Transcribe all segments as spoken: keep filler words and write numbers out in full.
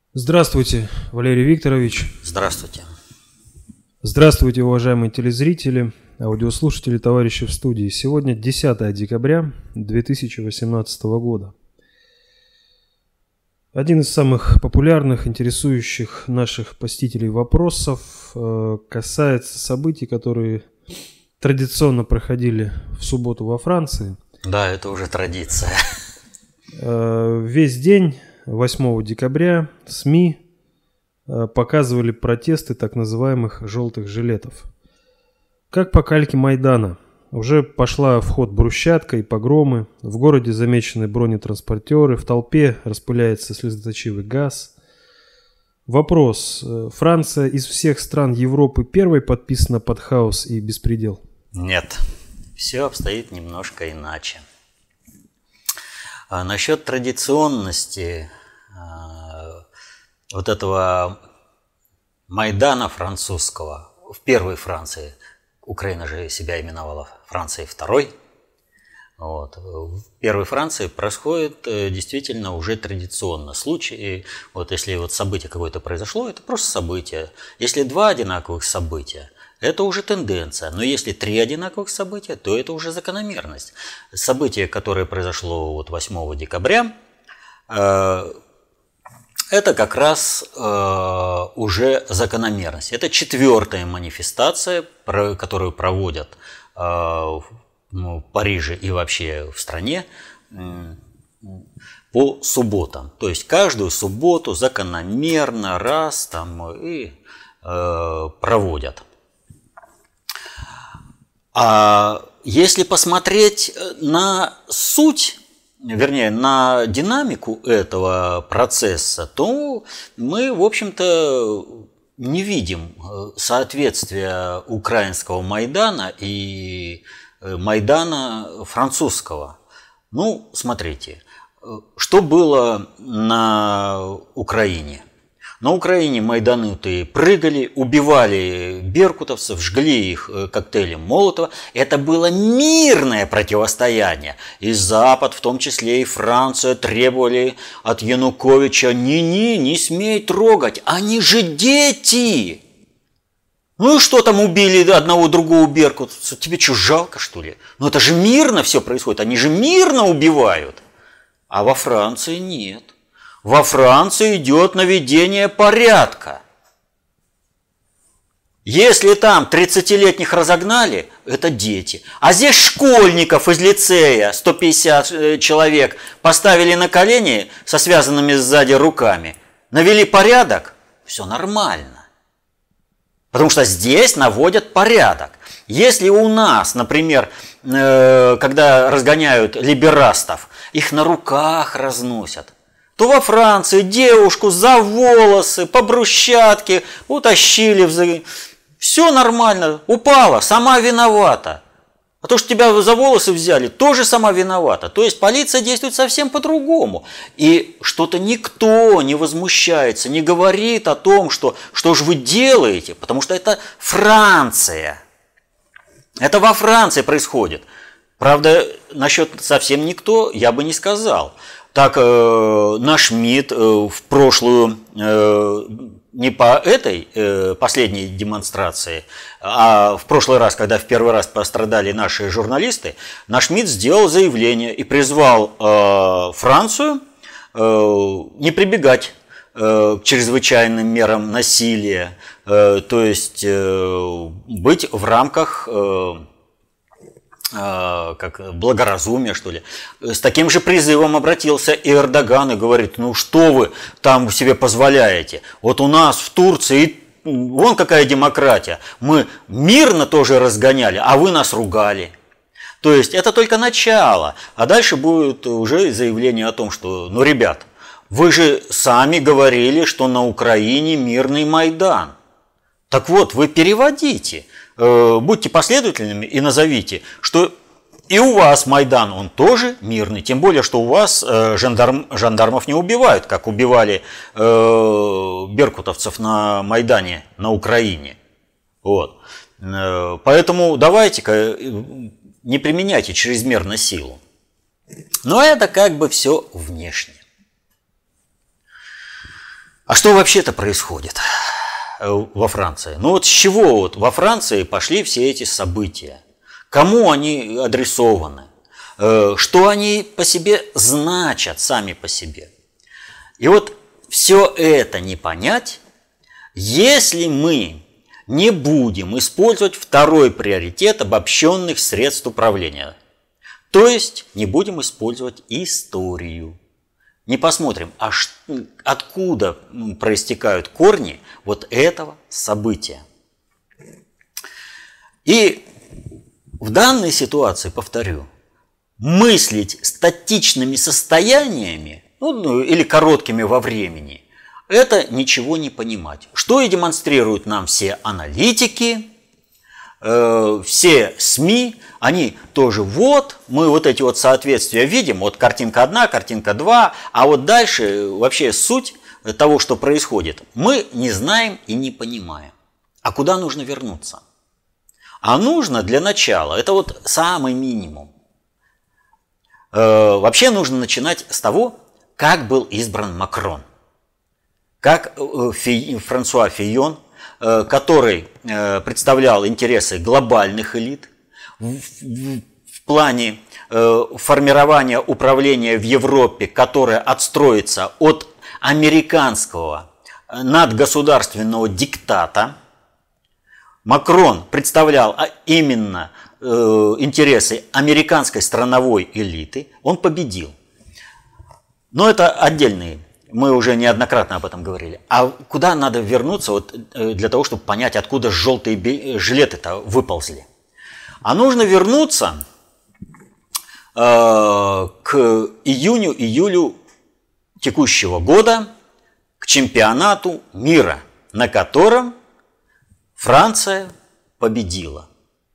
Здравствуйте, Валерий Викторович. Здравствуйте. Здравствуйте, уважаемые телезрители, аудиослушатели, товарищи в студии. Сегодня десятое декабря две тысячи восемнадцатого года. Один из самых популярных, интересующих наших посетителей вопросов э, касается событий, которые традиционно проходили в субботу во Франции. Да, это уже традиция. Э, весь день восьмого декабря СМИ показывали протесты так называемых «желтых жилетов». Как по кальке Майдана. Уже пошла в ход брусчатка и погромы, в городе замечены бронетранспортеры, в толпе распыляется слезоточивый газ. Вопрос. Франция из всех стран Европы первой подписана под хаос и беспредел? Нет, все обстоит немножко иначе. А насчет традиционности а, вот этого Майдана французского в первой Франции, Украина же себя именовала Францией второй, вот, в первой Франции происходит действительно уже традиционно случай. Вот если вот событие какое-то произошло, это просто событие. Если два одинаковых события, это уже тенденция. Но если три одинаковых события, то это уже закономерность. Событие, которое произошло вот восьмого декабря, э, это как раз э, уже закономерность. Это четвертая манифестация, про, которую проводят э, в ну, Париже и вообще в стране э, по субботам. То есть каждую субботу закономерно раз там и э, проводят. А если посмотреть на суть, вернее, на динамику этого процесса, то мы, в общем-то, не видим соответствия украинского Майдана и Майдана французского. Ну, смотрите, что было на Украине? На Украине майдануты прыгали, убивали беркутовцев, жгли их коктейлем Молотова. Это было мирное противостояние. И Запад, в том числе и Франция, требовали от Януковича: «Не-не, не смей трогать, они же дети!» Ну и что там, убили одного другого беркутовца? Тебе что, жалко, что ли? Ну это же мирно все происходит, они же мирно убивают. А во Франции нет. Во Франции идет наведение порядка. Если там тридцатилетних разогнали, это дети. А здесь школьников из лицея, сто пятьдесят человек, поставили на колени со связанными сзади руками, навели порядок, все нормально. Потому что здесь наводят порядок. Если у нас, например, когда разгоняют либерастов, их на руках разносят, то во Франции девушку за волосы по брусчатке утащили. Все нормально, упала, сама виновата. А то, что тебя за волосы взяли, тоже сама виновата. То есть полиция действует совсем по-другому. И что-то никто не возмущается, не говорит о том, что, что же вы делаете, потому что это Франция. Это во Франции происходит. Правда, насчет совсем никто я бы не сказал. Так, э, наш МИД э, в прошлую, э, не по этой э, последней демонстрации, а в прошлый раз, когда в первый раз пострадали наши журналисты, наш МИД сделал заявление и призвал э, Францию э, не прибегать э, к чрезвычайным мерам насилия, э, то есть э, быть в рамках... Э, как благоразумие, что ли. С таким же призывом обратился и Эрдоган и говорит: ну что вы там себе позволяете? Вот у нас в Турции, вон какая демократия, мы мирно тоже разгоняли, а вы нас ругали. То есть это только начало, а дальше будет уже заявление о том, что, ну, ребят, вы же сами говорили, что на Украине мирный Майдан. Так вот, вы переводите. Будьте последовательными и назовите, что и у вас Майдан, он тоже мирный. Тем более, что у вас жандарм, жандармов не убивают, как убивали э, беркутовцев на Майдане на Украине. Вот. Поэтому давайте-ка не применяйте чрезмерно силу. Но это как бы все внешне. А что вообще-то происходит во Франции? Ну вот с чего вот во Франции пошли все эти события? Кому они адресованы? Что они по себе значат сами по себе? И вот все это не понять, если мы не будем использовать второй приоритет обобщенных средств управления. То есть не будем использовать историю. Не посмотрим, а ш... откуда проистекают корни вот этого события. И в данной ситуации, повторю, мыслить статичными состояниями, ну, или короткими во времени, это ничего не понимать. Что и демонстрируют нам все аналитики, э, все СМИ, они тоже вот, мы вот эти вот соответствия видим, вот картинка одна, картинка два, а вот дальше вообще суть того, что происходит, мы не знаем и не понимаем. А куда нужно вернуться? А нужно для начала, это вот самый минимум. Э, вообще нужно начинать с того, как был избран Макрон. Как Фи, Франсуа Фийон, э, который э, представлял интересы глобальных элит, в, в, в плане э, формирования управления в Европе, которое отстроится от американского надгосударственного диктата. Макрон представлял именно э, интересы американской страновой элиты, он победил. Но это отдельные, мы уже неоднократно об этом говорили. А куда надо вернуться вот, э, для того, чтобы понять, откуда желтые жилеты-то выползли? А нужно вернуться э, к июню-июлю текущего года, к чемпионату мира, на котором Франция победила.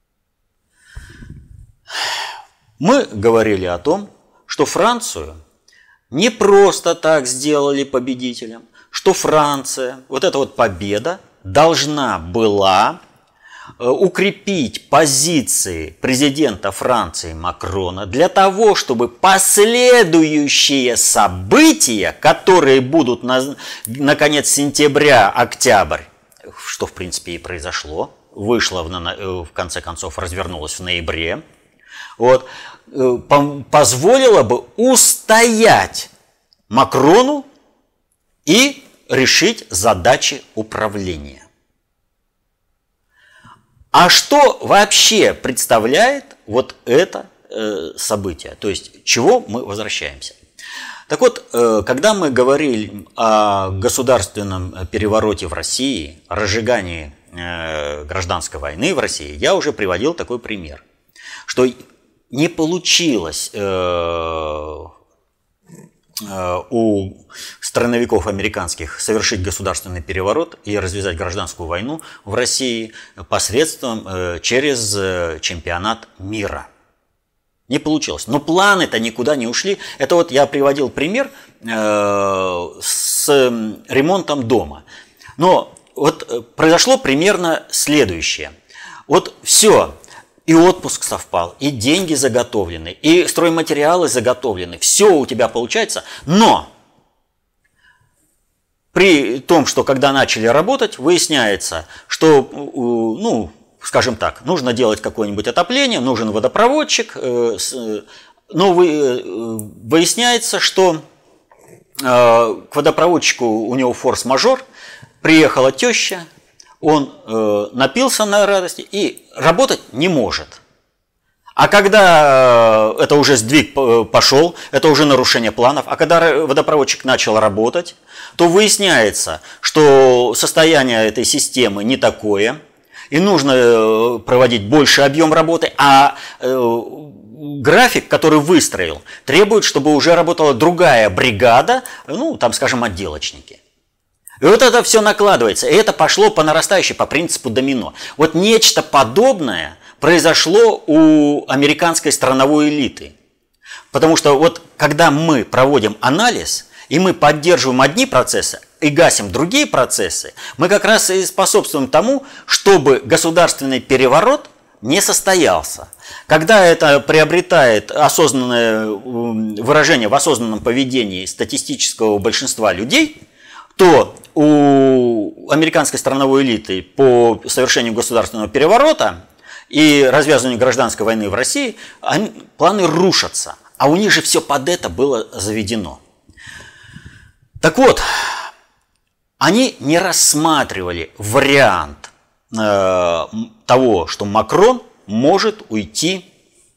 Мы говорили о том, что Францию не просто так сделали победителем, что Франция, вот эта вот победа, должна была укрепить позиции президента Франции Макрона для того, чтобы последующие события, которые будут на, на конец сентября, октябрь, что в принципе и произошло, вышло в, в конце концов, развернулось в ноябре, вот, позволило бы устоять Макрону и решить задачи управления. А что вообще представляет вот это э, событие? То есть, чего мы возвращаемся? Так вот, э, когда мы говорили о государственном перевороте в России, о разжигании э, гражданской войны в России, я уже приводил такой пример, что не получилось э, э, у страновиков американских совершить государственный переворот и развязать гражданскую войну в России посредством э, через э, чемпионат мира. Не получилось. Но планы-то никуда не ушли. Это вот я приводил пример э, с ремонтом дома. Но вот произошло примерно следующее. Вот все. И отпуск совпал, и деньги заготовлены, и стройматериалы заготовлены. Все у тебя получается, но при том, что когда начали работать, выясняется, что, ну, скажем так, нужно делать какое-нибудь отопление, нужен водопроводчик, но выясняется, что к водопроводчику у него форс-мажор, приехала теща, он э, напился на радости и работать не может. А когда э, это уже сдвиг пошел, это уже нарушение планов, а когда водопроводчик начал работать, то выясняется, что состояние этой системы не такое, и нужно проводить больше объем работы, а э, график, который выстроил, требует, чтобы уже работала другая бригада, ну, там, скажем, отделочники. И вот это все накладывается, и это пошло по нарастающей, по принципу домино. Вот нечто подобное произошло у американской страновой элиты. Потому что вот когда мы проводим анализ, и мы поддерживаем одни процессы, и гасим другие процессы, мы как раз и способствуем тому, чтобы государственный переворот не состоялся. Когда это приобретает осознанное выражение в осознанном поведении статистического большинства людей, то у американской страновой элиты по совершению государственного переворота и развязыванию гражданской войны в России, они, планы рушатся. А у них же все под это было заведено. Так вот, они не рассматривали вариант э, того, что Макрон может уйти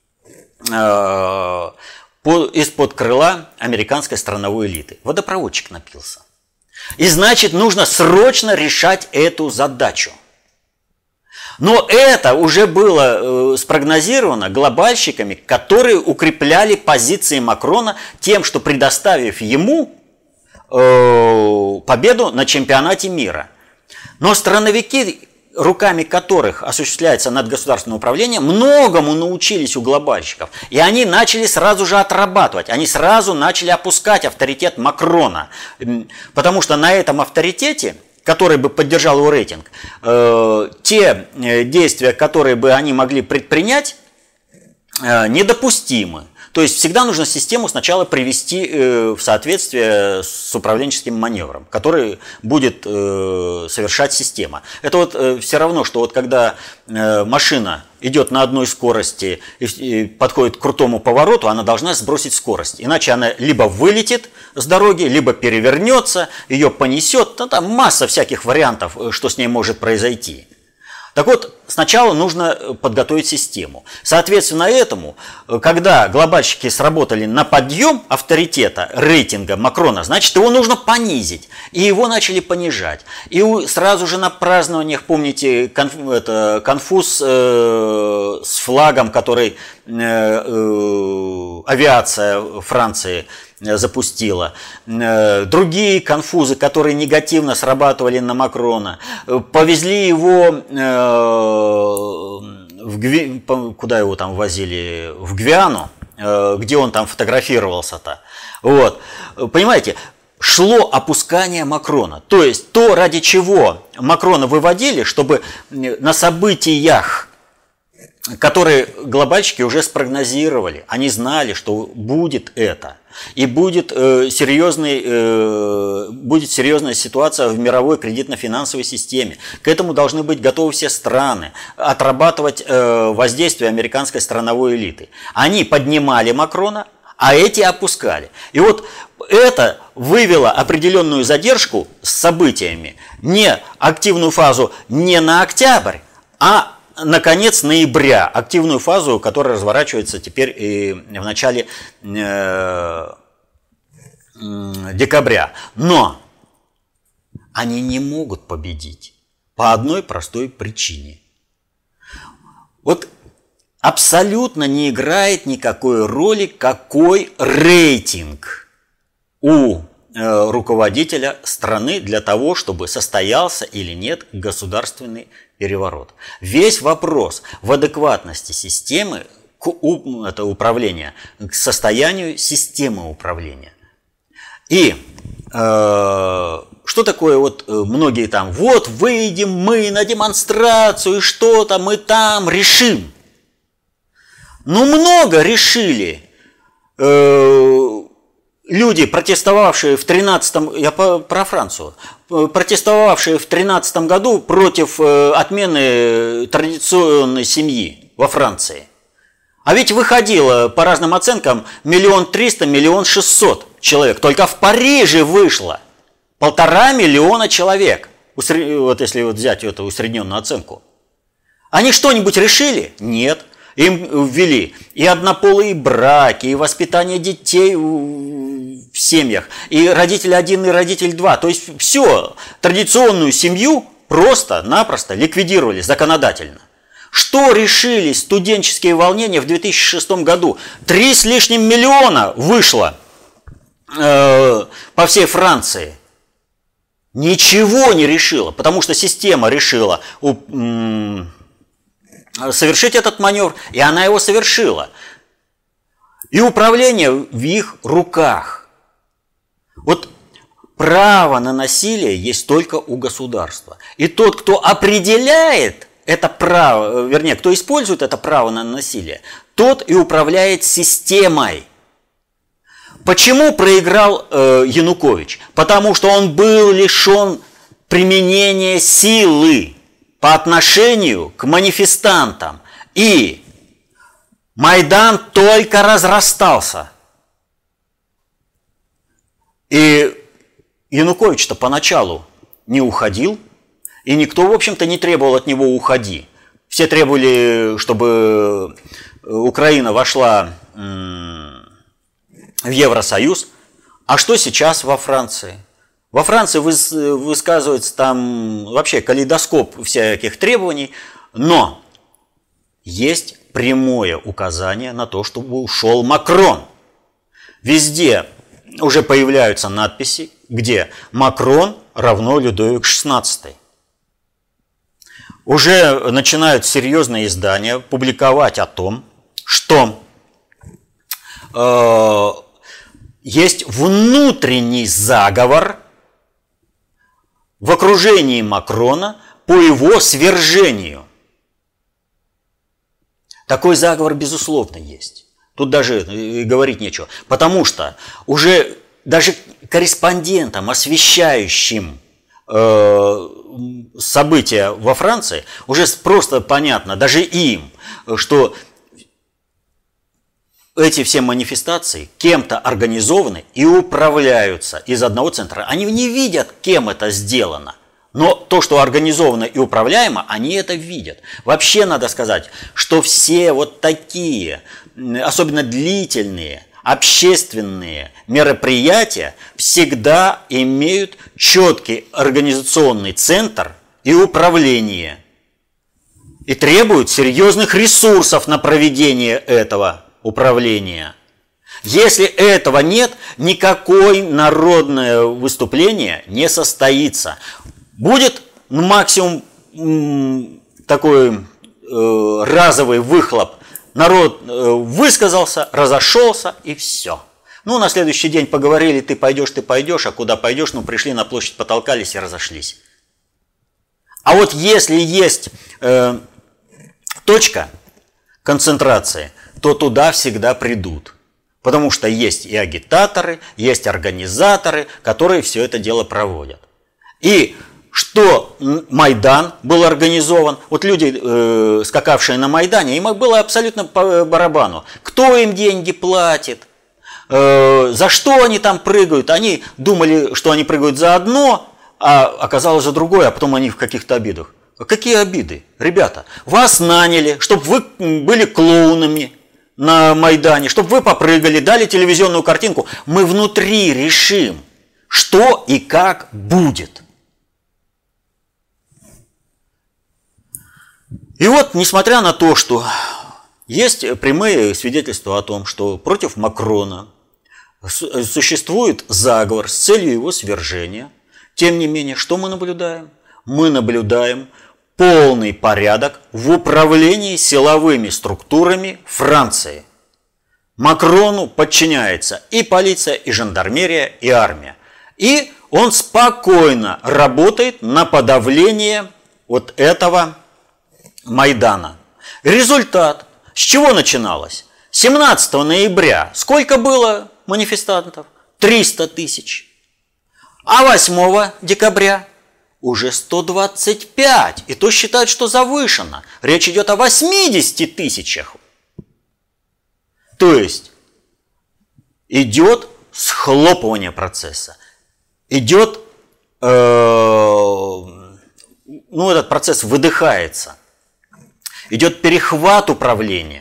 э, по, из-под крыла американской страновой элиты. Водопроводчик напился. И значит, нужно срочно решать эту задачу. Но это уже было э, спрогнозировано глобальщиками, которые укрепляли позиции Макрона тем, что предоставив ему э, победу на чемпионате мира. Но страновики, руками которых осуществляется надгосударственное управление, многому научились у глобальщиков. И они начали сразу же отрабатывать, они сразу начали опускать авторитет Макрона. Потому что на этом авторитете, который бы поддержал его рейтинг, э, те действия, которые бы они могли предпринять, э, недопустимы. То есть всегда нужно систему сначала привести э, в соответствие с управленческим маневром, который будет э, совершать система. Это вот э, все равно, что вот когда э, машина идет на одной скорости и, и подходит к крутому повороту, она должна сбросить скорость. Иначе она либо вылетит с дороги, либо перевернется, ее понесет. Ну, там масса всяких вариантов, что с ней может произойти. Так вот, сначала нужно подготовить систему. Соответственно этому, когда глобальщики сработали на подъем авторитета, рейтинга Макрона, значит, его нужно понизить. И его начали понижать. И сразу же на празднованиях, помните, конф, это, конфуз э, с флагом, который э, э, авиация Франции запустила. Другие конфузы, которые негативно срабатывали на Макрона. Повезли его в Гви... куда его там возили? В Гвиану, где он там фотографировался-то. Вот. Понимаете, шло опускание Макрона. То есть то, ради чего Макрона выводили, чтобы на событиях, которые глобальщики уже спрогнозировали, они знали, что будет это. И будет, э, серьезный, э, будет серьезная ситуация в мировой кредитно-финансовой системе. К этому должны быть готовы все страны, отрабатывать э, воздействие американской страновой элиты. Они поднимали Макрона, а эти опускали. И вот это вывело определенную задержку с событиями. Не активную фазу не на октябрь, а на конец ноября, активную фазу, которая разворачивается теперь и в начале э, декабря. Но они не могут победить по одной простой причине. Вот абсолютно не играет никакой роли, какой рейтинг у э, руководителя страны для того, чтобы состоялся или нет государственный переворот. Весь вопрос в адекватности системы к, это управления к состоянию системы управления. И э, что такое вот многие там, вот выйдем мы на демонстрацию, что-то мы там решим. Ну много решили. Э, Люди, протестовавшие в тринадцатом, я про Францию, протестовавшие в тринадцатом году против отмены традиционной семьи во Франции. А ведь выходило, по разным оценкам, миллион триста, миллион шестьсот человек. Только в Париже вышло полтора миллиона человек, вот если вот взять эту усредненную оценку. Они что-нибудь решили? Нет. Им ввели и однополые браки, и воспитание детей в семьях, и родитель один, и родитель два. То есть все, традиционную семью просто-напросто ликвидировали законодательно. Что решили студенческие волнения в две тысячи шестом году? Три с лишним миллиона вышло э, по всей Франции. Ничего не решило, потому что система решила э, совершить этот маневр, и она его совершила. И управление в их руках. Вот право на насилие есть только у государства. И тот, кто определяет это право, вернее, кто использует это право на насилие, тот и управляет системой. Почему проиграл э, Янукович? Потому что он был лишен применение силы по отношению к манифестантам. И Майдан только разрастался. И Янукович-то поначалу не уходил, и никто, в общем-то, не требовал от него «уходи». Все требовали, чтобы Украина вошла в Евросоюз. А что сейчас во Франции? Во Франции высказывается там вообще калейдоскоп всяких требований, но есть прямое указание на то, чтобы ушел Макрон. Везде уже появляются надписи, где Макрон равно Людовик шестнадцатый. Уже начинают серьезные издания публиковать о том, что э, есть внутренний заговор в окружении Макрона по его свержению. Такой заговор, безусловно, есть. Тут даже говорить нечего. Потому что уже даже корреспондентам, освещающим э, события во Франции, уже просто понятно, даже им, что эти все манифестации кем-то организованы и управляются из одного центра. Они не видят, кем это сделано. Но то, что организовано и управляемо, они это видят. Вообще надо сказать, что все вот такие, особенно длительные, общественные мероприятия всегда имеют четкий организационный центр и управление. И требуют серьезных ресурсов на проведение этого управления. Если этого нет, никакое народное выступление не состоится. Будет максимум такой э, разовый выхлоп. Народ э, высказался, разошелся и все. Ну, на следующий день поговорили, ты пойдешь, ты пойдешь, а куда пойдешь? Ну, пришли на площадь, потолкались и разошлись. А вот если есть э, точка концентрации, то туда всегда придут. Потому что есть и агитаторы, есть организаторы, которые все это дело проводят. И что Майдан был организован, вот люди, э, скакавшие на Майдане, им было абсолютно по барабану. Кто им деньги платит, э, за что они там прыгают. Они думали, что они прыгают за одно, а оказалось за другое, а потом они в каких-то обидах. А какие обиды? Ребята, вас наняли, чтобы вы были клоунами на Майдане, чтобы вы попрыгали, дали телевизионную картинку. Мы внутри решим, что и как будет. И вот, несмотря на то, что есть прямые свидетельства о том, что против Макрона существует заговор с целью его свержения, тем не менее, что мы наблюдаем? Мы наблюдаем полный порядок в управлении силовыми структурами Франции. Макрону подчиняется и полиция, и жандармерия, и армия. И он спокойно работает на подавление вот этого Майдана. Результат. С чего начиналось? семнадцатого ноября сколько было манифестантов? триста тысяч. А восьмого декабря уже сто двадцать пять. И то считают, что завышено. Речь идет о восьмидесяти тысячах. То есть идет схлопывание процесса. Идет, э, ну этот процесс выдыхается. Идет перехват управления.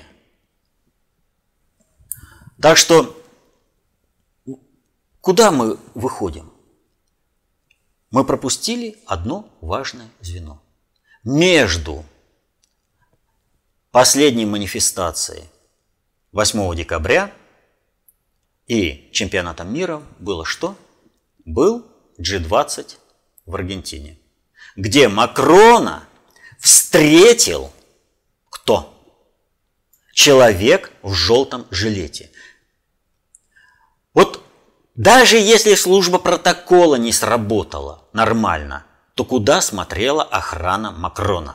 Так что куда мы выходим? Мы пропустили одно важное звено. Между последней манифестацией восьмого декабря и чемпионатом мира было что? Был джи двадцать в Аргентине, где Макрона встретил кто? Человек в желтом жилете. Вот даже если служба протокола не сработала нормально, то куда смотрела охрана Макрона?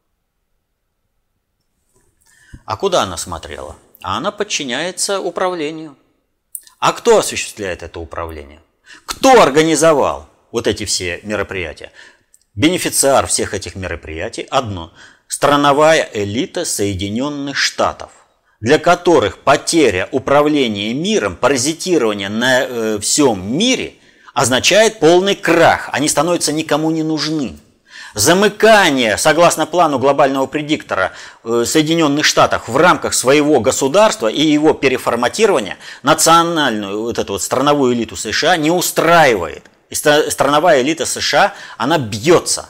А куда она смотрела? А она подчиняется управлению. А кто осуществляет это управление? Кто организовал вот эти все мероприятия? бенефициар всех этих мероприятий одно – страновая элита Соединенных Штатов, для которых потеря управления миром, паразитирование на э, всем мире означает полный крах. Они становятся никому не нужны. Замыкание, согласно плану глобального предиктора э, Соединенных Штатов в рамках своего государства и его переформатирования национальную, вот эту вот страновую элиту США не устраивает. И страновая элита США, она бьется.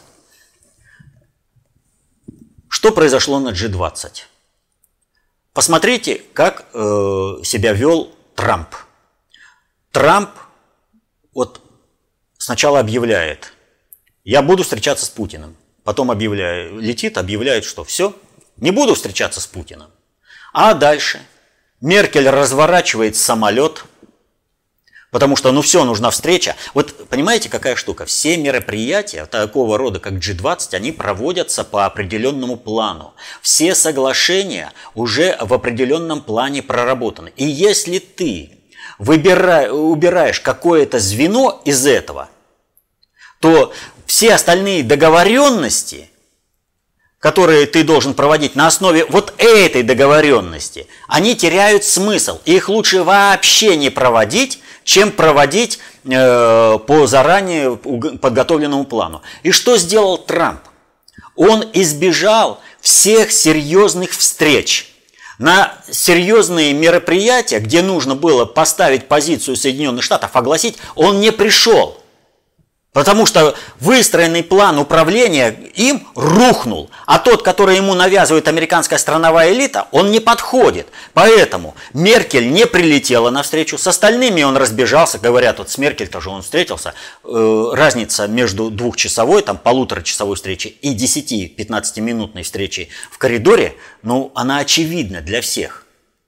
Что произошло на джи двадцать? Посмотрите, как э, себя вел Трамп. Трамп вот сначала объявляет: я буду встречаться с Путиным. Потом объявляет, летит, объявляет, что все, не буду встречаться с Путиным. А дальше Меркель разворачивает самолет, потому что, ну все, нужна встреча. Вот понимаете, какая штука? Все мероприятия такого рода, как джи двадцать, они проводятся по определенному плану. Все соглашения уже в определенном плане проработаны. И если ты выбираешь, убираешь какое-то звено из этого, то все остальные договоренности, которые ты должен проводить на основе вот этой договоренности, они теряют смысл. Их лучше вообще не проводить, чем проводить э, по заранее подготовленному плану. И что сделал Трамп? Он избежал всех серьезных встреч. На серьезные мероприятия, где нужно было поставить позицию Соединенных Штатов, огласить, он не пришел. Потому что выстроенный план управления им рухнул, а тот, который ему навязывает американская страновая элита, он не подходит. Поэтому Меркель не прилетела на встречу, с остальными он разбежался, говорят, вот с Меркель тоже он встретился, э, разница между двухчасовой, там полуторачасовой встречей и десяти-пятнадцатиминутной встречей в коридоре, ну, она очевидна для всех.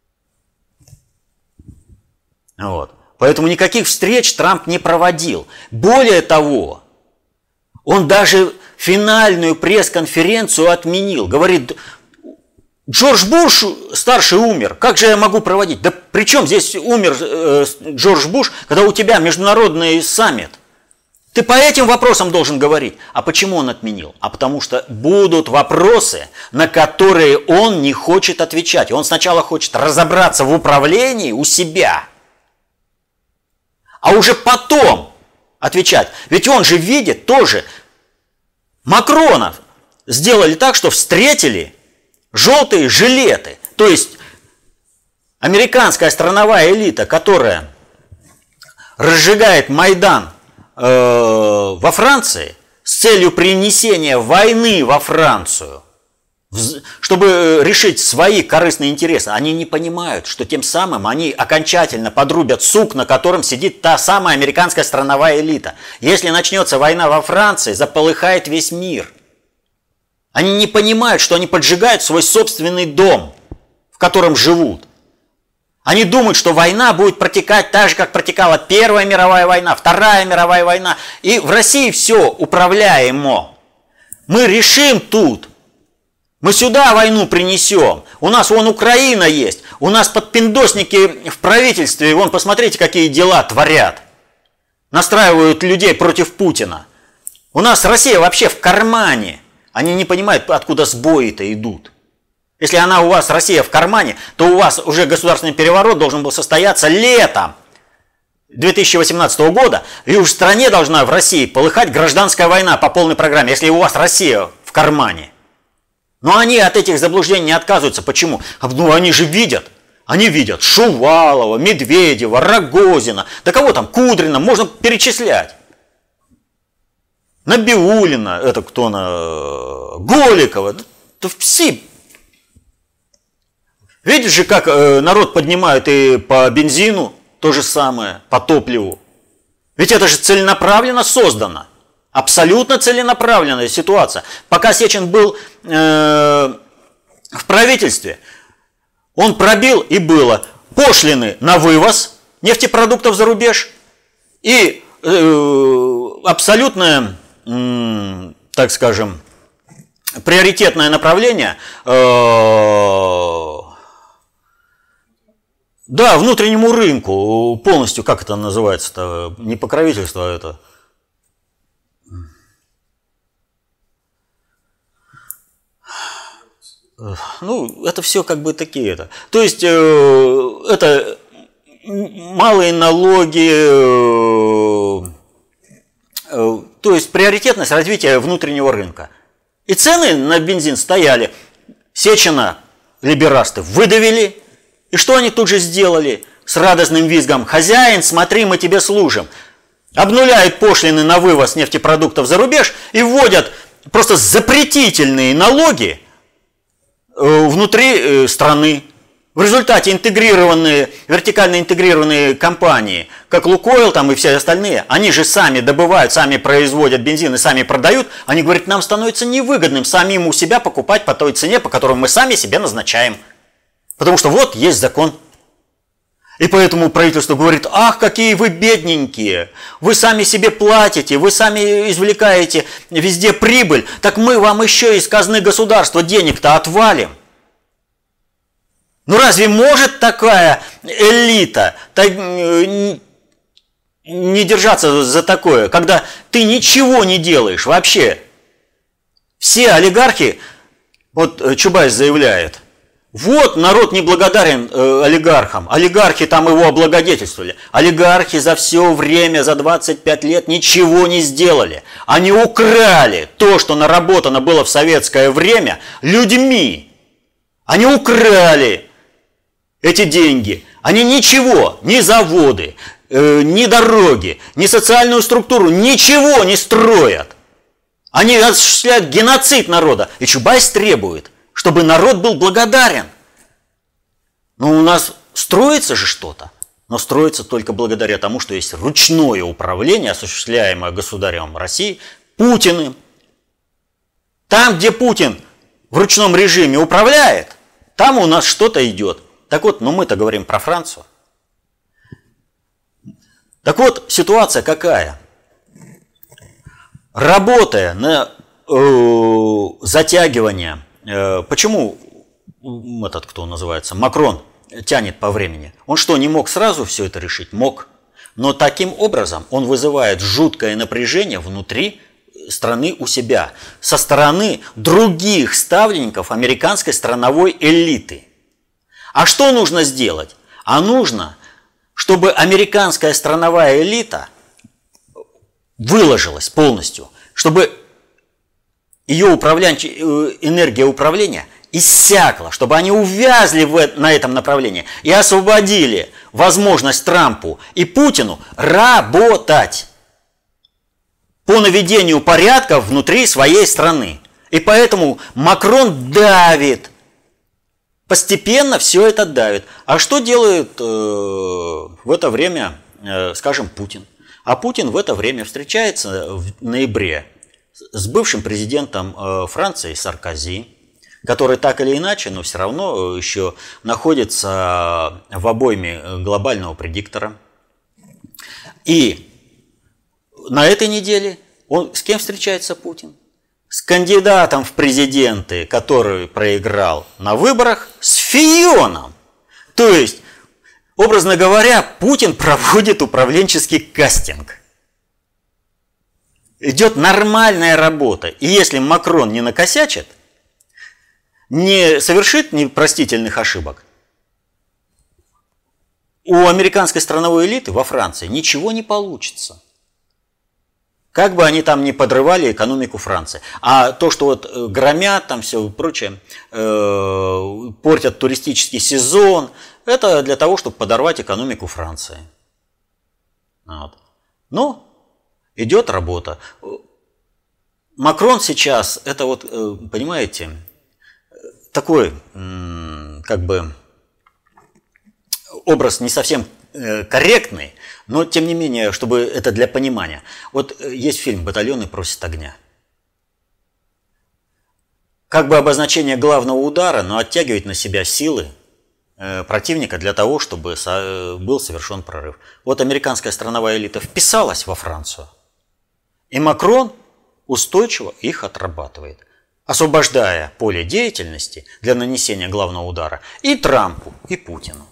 Вот. Поэтому никаких встреч Трамп не проводил. Более того, он даже финальную пресс-конференцию отменил. Говорит, Джордж Буш старший умер, как же я могу проводить? Да при чем здесь умер э, Джордж Буш, когда у тебя международный саммит? Ты по этим вопросам должен говорить. А почему он отменил? А потому что будут вопросы, на которые он не хочет отвечать. Он сначала хочет разобраться в управлении у себя, а уже потом отвечать. Ведь он же видит тоже, Макрона сделали так, что встретили желтые жилеты. То есть американская страновая элита, которая разжигает Майдан э, во Франции с целью принесения войны во Францию, чтобы решить свои корыстные интересы, они не понимают, что тем самым они окончательно подрубят сук, на котором сидит та самая американская страновая элита. Если начнется война во Франции, заполыхает весь мир. Они не понимают, что они поджигают свой собственный дом, в котором живут. Они думают, что война будет протекать так же, как протекала Первая мировая война, Вторая мировая война. И в России все управляемо. Мы решим тут. Мы сюда войну принесем. У нас вон Украина есть. У нас подпиндосники в правительстве. Вон, посмотрите, какие дела творят. Настраивают людей против Путина. У нас Россия вообще в кармане. Они не понимают, откуда сбои-то идут. Если она у вас, Россия, в кармане, то у вас уже государственный переворот должен был состояться летом две тысячи восемнадцатого года. И уж в стране должна, в России, полыхать гражданская война по полной программе, если у вас Россия в кармане. Но они от этих заблуждений не отказываются. Почему? Ну, они же видят. Они видят Шувалова, Медведева, Рогозина. Да кого там? Кудрина. Можно перечислять. Набиуллина. Это кто на... Голикова. Да все. Видишь же, как народ поднимают и по бензину. То же самое. По топливу. Ведь это же целенаправленно создано. Абсолютно целенаправленная ситуация. Пока Сечин был э, в правительстве, он пробил и было пошлины на вывоз нефтепродуктов за рубеж и э, абсолютное, э, так скажем, приоритетное направление, э, да, внутреннему рынку полностью, как это называется-то, не покровительство, а это... ну, это все как бы такие это. То есть, э, это малые налоги, э, э, то есть приоритетность развития внутреннего рынка. И цены на бензин стояли. Сечина либерасты выдавили. И что они тут же сделали? С радостным визгом: хозяин, смотри, мы тебе служим. Обнуляют пошлины на вывоз нефтепродуктов за рубеж и вводят просто запретительные налоги внутри страны. В результате интегрированные, вертикально интегрированные компании, как Лукойл там и все остальные, они же сами добывают, сами производят бензин и сами продают. Они говорят, нам становится невыгодным самим у себя покупать по той цене, по которой мы сами себе назначаем. Потому что вот есть закон. И поэтому правительство говорит: ах, какие вы бедненькие, вы сами себе платите, вы сами извлекаете везде прибыль, так мы вам еще из казны государства денег-то отвалим. Ну разве может такая элита не держаться за такое, когда ты ничего не делаешь вообще? Все олигархи, вот Чубайс заявляет, вот народ неблагодарен э, олигархам, олигархи там его облагодетельствовали. Олигархи за все время, за двадцать пять лет ничего не сделали. Они украли то, что наработано было в советское время людьми. Они украли эти деньги. Они ничего, ни заводы, э, ни дороги, ни социальную структуру, ничего не строят. Они осуществляют геноцид народа. И Чубайс требует, чтобы народ был благодарен. Но у нас строится же что-то, но строится только благодаря тому, что есть ручное управление, осуществляемое государем России, Путиным. Там, где Путин в ручном режиме управляет, там у нас что-то идет. Так вот, ну мы-то говорим про Францию. Так вот, ситуация какая? Работая на э, затягивание. Почему этот, кто называется, Макрон тянет по времени? Он что, не мог сразу все это решить? Мог. Но таким образом он вызывает жуткое напряжение внутри страны у себя, со стороны других ставленников американской страновой элиты. А что нужно сделать? А нужно, чтобы американская страновая элита выложилась полностью, чтобы ее управленче... энергия управления иссякла, чтобы они увязли в... на этом направлении и освободили возможность Трампу и Путину работать по наведению порядка внутри своей страны. И поэтому Макрон давит. Постепенно все это давит. А что делает э, в это время, э, скажем, Путин? А Путин в это время встречается в ноябре с бывшим президентом Франции Саркози, который так или иначе, но все равно еще находится в обойме глобального предиктора. И на этой неделе он, с кем встречается Путин? С кандидатом в президенты, который проиграл на выборах, с Фионом. То есть, образно говоря, Путин проводит управленческий кастинг. Идет нормальная работа. И если Макрон не накосячит, не совершит непростительных ошибок, у американской страновой элиты во Франции ничего не получится. Как бы они там ни подрывали экономику Франции. А то, что вот громят, там все прочее, э, портят туристический сезон, это для того, чтобы подорвать экономику Франции. Вот. Но идет работа. Макрон сейчас, это вот, понимаете, такой, как бы, образ не совсем корректный, но тем не менее, чтобы это для понимания. Вот есть фильм «Батальоны просят огня». Как бы обозначение главного удара, но оттягивает на себя силы противника для того, чтобы был совершен прорыв. Вот американская страновая элита вписалась во Францию, и Макрон устойчиво их отрабатывает, освобождая поле деятельности для нанесения главного удара и Трампу, и Путину.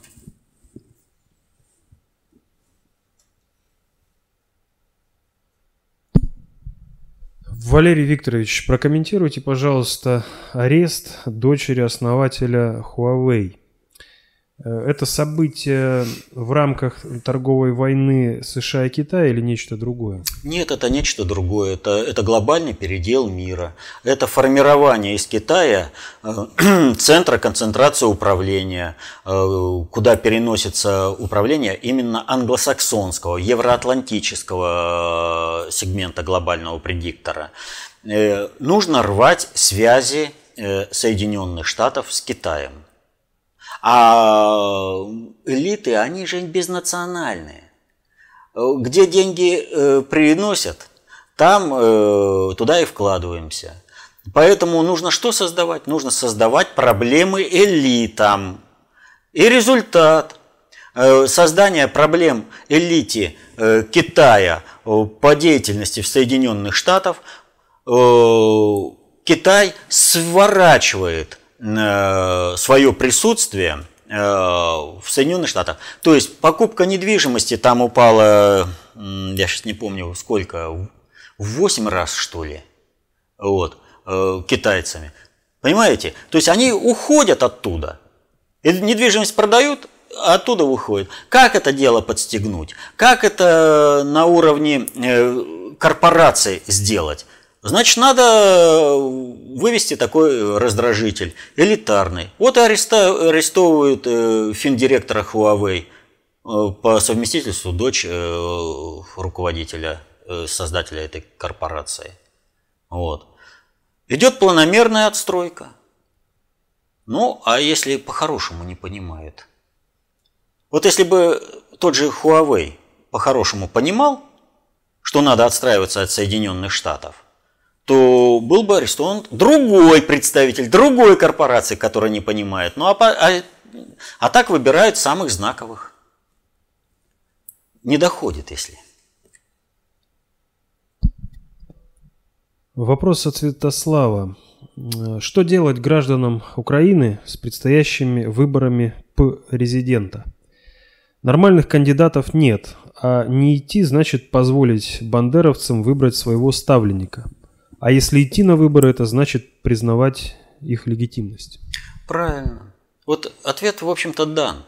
Валерий Викторович, прокомментируйте, пожалуйста, арест дочери основателя Huawei. Это событие в рамках торговой войны США и Китая или нечто другое? Нет, это нечто другое. Это, это глобальный передел мира. Это формирование из Китая э, центра концентрации управления, э, куда переносится управление именно англосаксонского, евроатлантического э, сегмента глобального предиктора. Э, нужно рвать связи э, Соединенных Штатов с Китаем. А элиты, они же безнациональные. Где деньги э, приносят, там э, туда и вкладываемся. Поэтому нужно что создавать? Нужно создавать проблемы элитам. И результат э, создания проблем элите э, Китая э, по деятельности в Соединенных Штатах, э, Китай сворачивает свое присутствие в Соединенных Штатах. То есть покупка недвижимости там упала, я сейчас не помню сколько, в восемь раз что ли, вот, китайцами. Понимаете? То есть они уходят оттуда. И недвижимость продают, а оттуда выходят. Как это дело подстегнуть? Как это на уровне корпораций сделать? Значит, надо вывести такой раздражитель, элитарный. Вот и арестовывают финдиректора Huawei, по совместительству дочь руководителя, создателя этой корпорации. Вот. Идет планомерная отстройка. Ну, а если по-хорошему не понимает? Вот если бы тот же Huawei по-хорошему понимал, что надо отстраиваться от Соединенных Штатов, то был бы арестован другой представитель, другой корпорации, которая не понимает. Ну, а, а, а так выбирают самых знаковых. Не доходит, если. Вопрос от Святослава. Что делать гражданам Украины с предстоящими выборами президента? Нормальных кандидатов нет, а не идти значит позволить бандеровцам выбрать своего ставленника. А если идти на выборы, это значит признавать их легитимность. Правильно. Вот ответ, в общем-то, дан.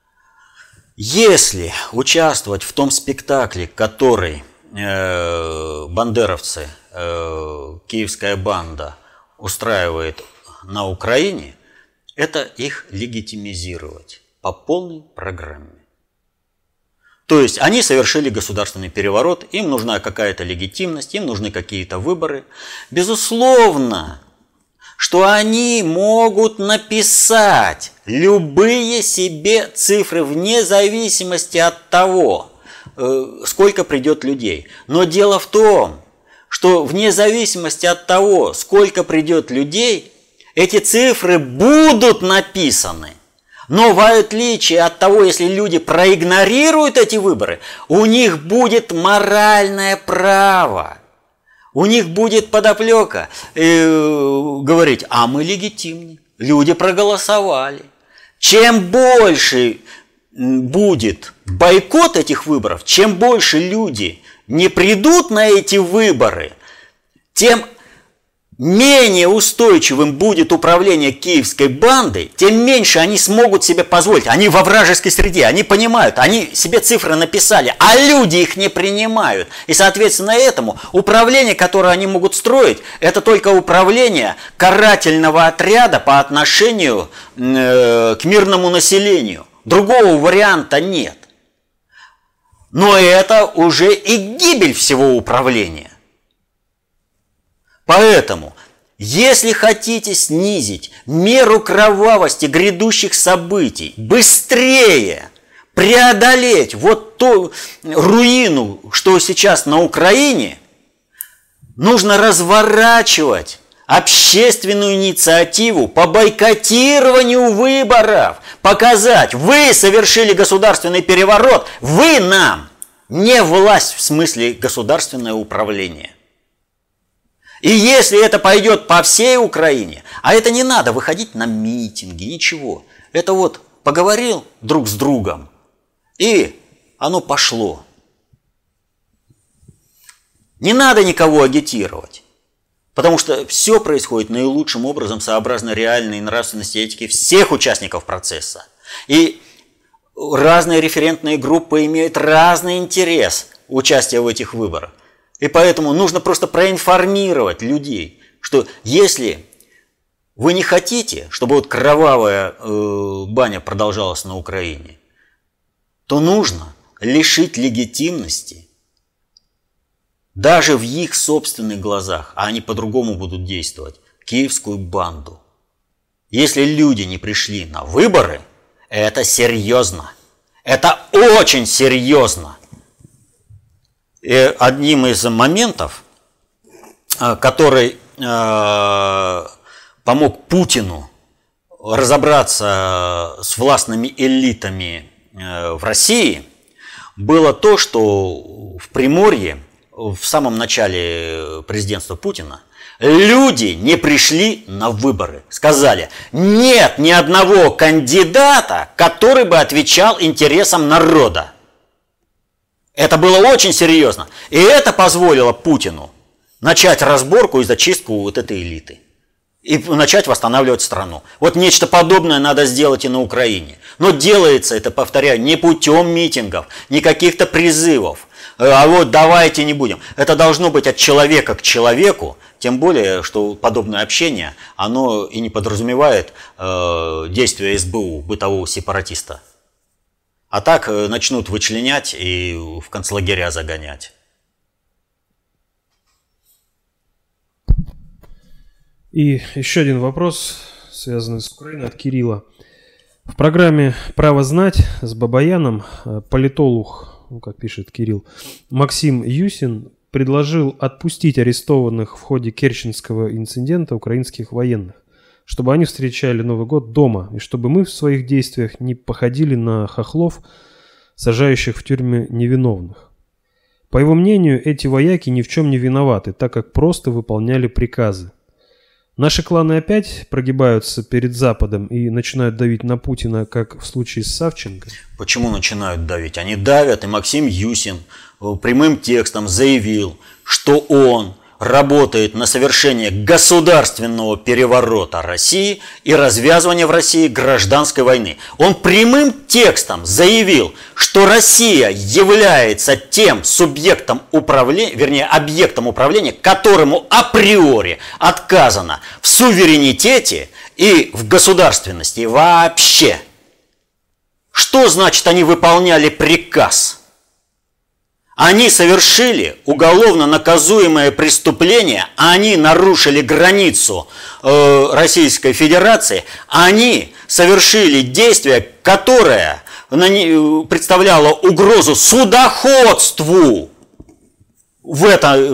Если участвовать в том спектакле, который э, бандеровцы, э, киевская банда устраивает на Украине, это их легитимизировать по полной программе. То есть они совершили государственный переворот, им нужна какая-то легитимность, им нужны какие-то выборы. Безусловно, что они могут написать любые себе цифры вне зависимости от того, сколько придет людей. Но дело в том, что вне зависимости от того, сколько придет людей, эти цифры будут написаны. Но в отличие от того, если люди проигнорируют эти выборы, у них будет моральное право, у них будет подоплека э, говорить, а мы легитимны, люди проголосовали. Чем больше будет бойкот этих выборов, чем больше люди не придут на эти выборы, тем менее устойчивым будет управление киевской бандой, тем меньше они смогут себе позволить. Они во вражеской среде, они понимают, они себе цифры написали, а люди их не принимают. И, соответственно, этому управление, которое они могут строить, это только управление карательного отряда по отношению э, к мирному населению. Другого варианта нет. Но это уже и гибель всего управления. Поэтому, если хотите снизить меру кровавости грядущих событий, быстрее преодолеть вот ту руину, что сейчас на Украине, нужно разворачивать общественную инициативу по бойкотированию выборов, показать, вы совершили государственный переворот, вы нам, не власть в смысле государственное управление. И если это пойдет по всей Украине, а это не надо выходить на митинги, ничего. Это вот поговорил друг с другом, и оно пошло. Не надо никого агитировать. Потому что все происходит наилучшим образом сообразно реальной нравственности и этике всех участников процесса. И разные референтные группы имеют разный интерес участия в этих выборах. И поэтому нужно просто проинформировать людей, что если вы не хотите, чтобы вот кровавая э, баня продолжалась на Украине, то нужно лишить легитимности даже в их собственных глазах, а они по-другому будут действовать, киевскую банду. Если люди не пришли на выборы, это серьезно. Это очень серьезно. И одним из моментов, который э, помог Путину разобраться с властными элитами э, в России, было то, что в Приморье в самом начале президентства Путина люди не пришли на выборы. Сказали, нет ни одного кандидата, который бы отвечал интересам народа. Это было очень серьезно. И это позволило Путину начать разборку и зачистку вот этой элиты. И начать восстанавливать страну. Вот нечто подобное надо сделать и на Украине. Но делается это, повторяю, не путем митингов, не каких-то призывов. А вот давайте не будем. Это должно быть от человека к человеку, тем более, что подобное общение, оно и не подразумевает э, действия эс бэ у, бытового сепаратиста. А так э, начнут вычленять и в концлагеря загонять. И еще один вопрос, связанный с Украиной, от Кирилла. В программе «Право знать» с Бабаяном политолог, ну, как пишет Кирилл, Максим Юсин предложил отпустить арестованных в ходе Керченского инцидента украинских военных, чтобы они встречали Новый год дома, и чтобы мы в своих действиях не походили на хохлов, сажающих в тюрьмы невиновных. По его мнению, эти вояки ни в чем не виноваты, так как просто выполняли приказы. Наши кланы опять прогибаются перед Западом и начинают давить на Путина, как в случае с Савченко? Почему начинают давить? Они давят, и Максим Юсин прямым текстом заявил, что он работает на совершение государственного переворота России и развязывания в России гражданской войны. Он прямым текстом заявил, что Россия является тем субъектом управления, вернее, объектом управления, которому априори отказано в суверенитете и в государственности вообще. Что значит они выполняли приказ? Они совершили уголовно наказуемое преступление, они нарушили границу э, Российской Федерации, они совершили действие, которое представляло угрозу судоходству в это, э,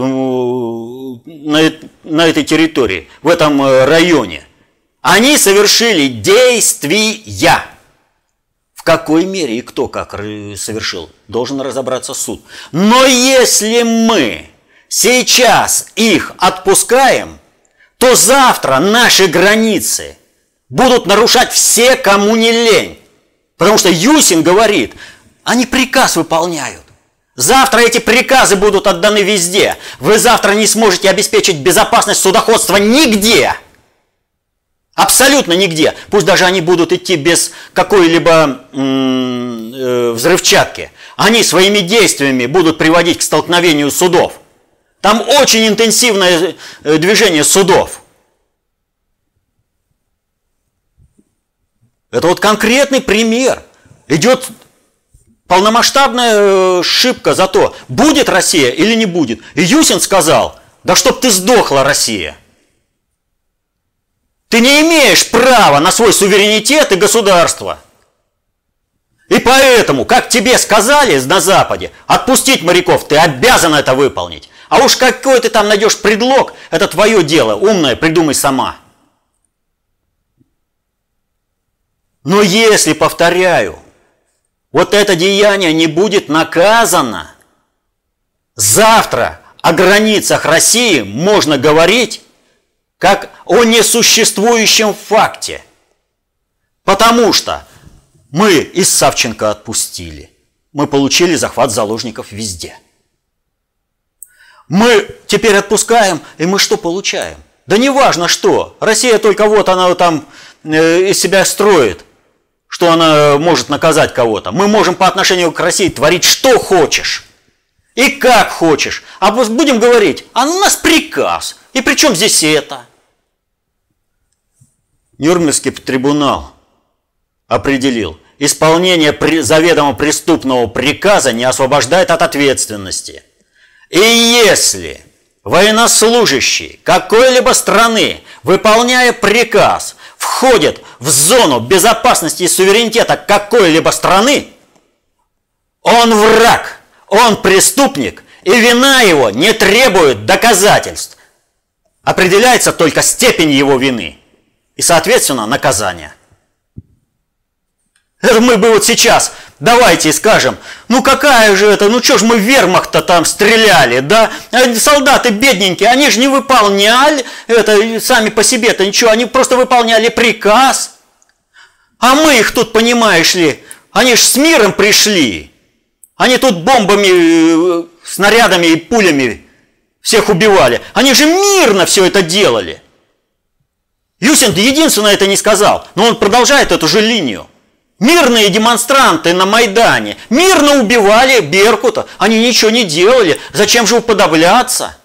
на, на этой территории, в этом районе. Они совершили действия. В какой мере и кто как совершил, должен разобраться суд. Но если мы сейчас их отпускаем, то завтра наши границы будут нарушать все, кому не лень. Потому что Юсин говорит, они приказ выполняют. Завтра эти приказы будут отданы везде. Вы завтра не сможете обеспечить безопасность судоходства нигде. Абсолютно нигде. Пусть даже они будут идти без какой-либо э, взрывчатки. Они своими действиями будут приводить к столкновению судов. Там очень интенсивное движение судов. Это вот конкретный пример. Идет полномасштабная шибка за то, будет Россия или не будет. И Юсин сказал, да чтоб ты сдохла, Россия. Ты не имеешь права на свой суверенитет и государство. И поэтому, как тебе сказали на Западе, отпустить моряков, ты обязан это выполнить. А уж какой ты там найдешь предлог, это твое дело, умное, придумай сама. Но если, повторяю, вот это деяние не будет наказано, завтра о границах России можно говорить как о несуществующем факте. Потому что мы из Савченко отпустили. Мы получили захват заложников везде. Мы теперь отпускаем, и мы что получаем? Да не важно что. Россия только вот она там э, из себя строит, что она может наказать кого-то. Мы можем по отношению к России творить что хочешь и как хочешь. А будем говорить, а у нас приказ. И при чем здесь это? Нюрнбергский трибунал определил, исполнение заведомо преступного приказа не освобождает от ответственности. И если военнослужащий какой-либо страны, выполняя приказ, входит в зону безопасности и суверенитета какой-либо страны, он враг, он преступник, и вина его не требует доказательств. Определяется только степень его вины и, соответственно, наказание. Мы бы вот сейчас, давайте скажем, ну какая же это, ну что ж мы вермахт-то там стреляли, да? Солдаты бедненькие, они же не выполняли это сами по себе-то ничего, они просто выполняли приказ. А мы их тут, понимаешь ли, они ж с миром пришли. Они тут бомбами, снарядами и пулями всех убивали. Они же мирно все это делали. Юсин единственное это не сказал, но он продолжает эту же линию. Мирные демонстранты на Майдане мирно убивали Беркута. Они ничего не делали. Зачем же уподобляться?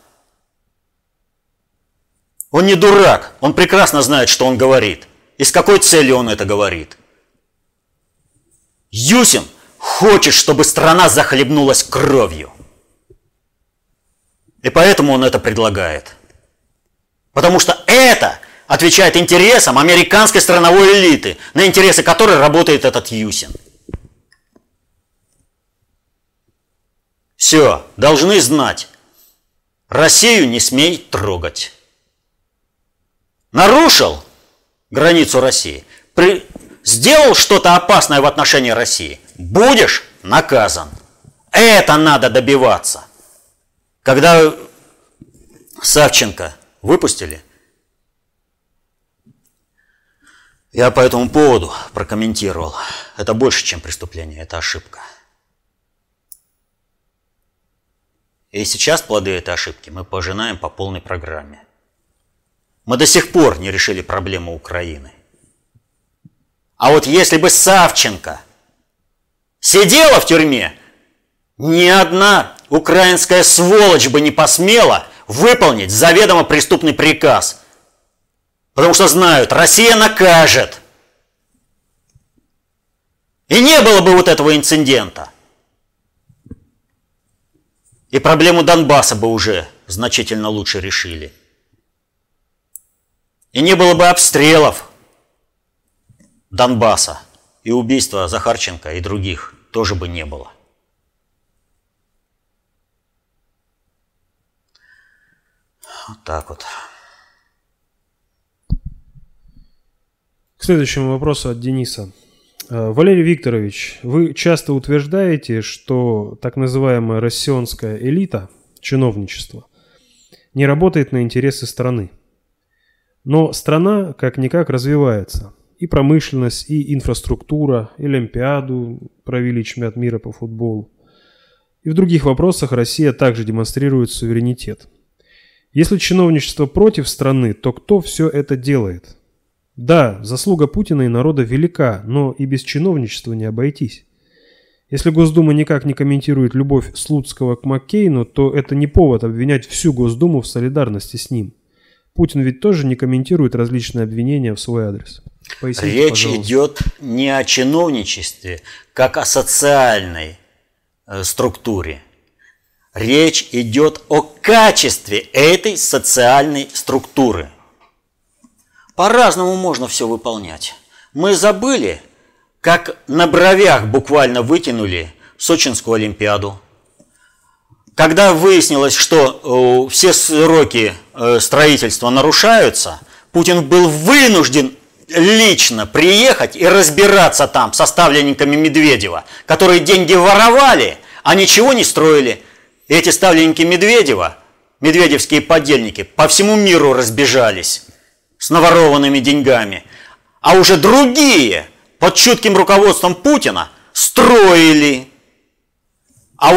Он не дурак. Он прекрасно знает, что он говорит. И с какой целью он это говорит. Юсин хочет, чтобы страна захлебнулась кровью. И поэтому он это предлагает. Потому что это отвечает интересам американской страновой элиты, на интересы которой работает этот Юсин. Все, должны знать. Россию не смей трогать. Нарушил границу России, при... сделал что-то опасное в отношении России, будешь наказан. Это надо добиваться. Когда Савченко выпустили, я по этому поводу прокомментировал. Это больше, чем преступление, это ошибка. И сейчас плоды этой ошибки мы пожинаем по полной программе. Мы до сих пор не решили проблему Украины. А вот если бы Савченко сидела в тюрьме, ни одна украинская сволочь бы не посмела выполнить заведомо преступный приказ. Потому что знают, Россия накажет. И не было бы вот этого инцидента. И проблему Донбасса бы уже значительно лучше решили. И не было бы обстрелов Донбасса. И убийства Захарченко и других тоже бы не было. Вот так вот. К следующему вопросу от Дениса. Валерий Викторович, вы часто утверждаете, что так называемая россионская элита, чиновничество, не работает на интересы страны. Но страна как-никак развивается. И промышленность, и инфраструктура, и Олимпиаду провели чемпионат мира по футболу. И в других вопросах Россия также демонстрирует суверенитет. Если чиновничество против страны, то кто все это делает? Да, заслуга Путина и народа велика, но и без чиновничества не обойтись. Если Госдума никак не комментирует любовь Слуцкого к Маккейну, то это не повод обвинять всю Госдуму в солидарности с ним. Путин ведь тоже не комментирует различные обвинения в свой адрес. Поясните, Речь пожалуйста. идет не о чиновничестве, как о социальной э, структуре. Речь идет о качестве этой социальной структуры. По-разному можно все выполнять. Мы забыли, как на бровях буквально вытянули Сочинскую Олимпиаду. Когда выяснилось, что э, все сроки э, строительства нарушаются, Путин был вынужден лично приехать и разбираться там со ставленниками Медведева, которые деньги воровали, а ничего не строили. И эти ставленники Медведева, медведевские подельники, по всему миру разбежались с наворованными деньгами. А уже другие под чутким руководством Путина строили. А вот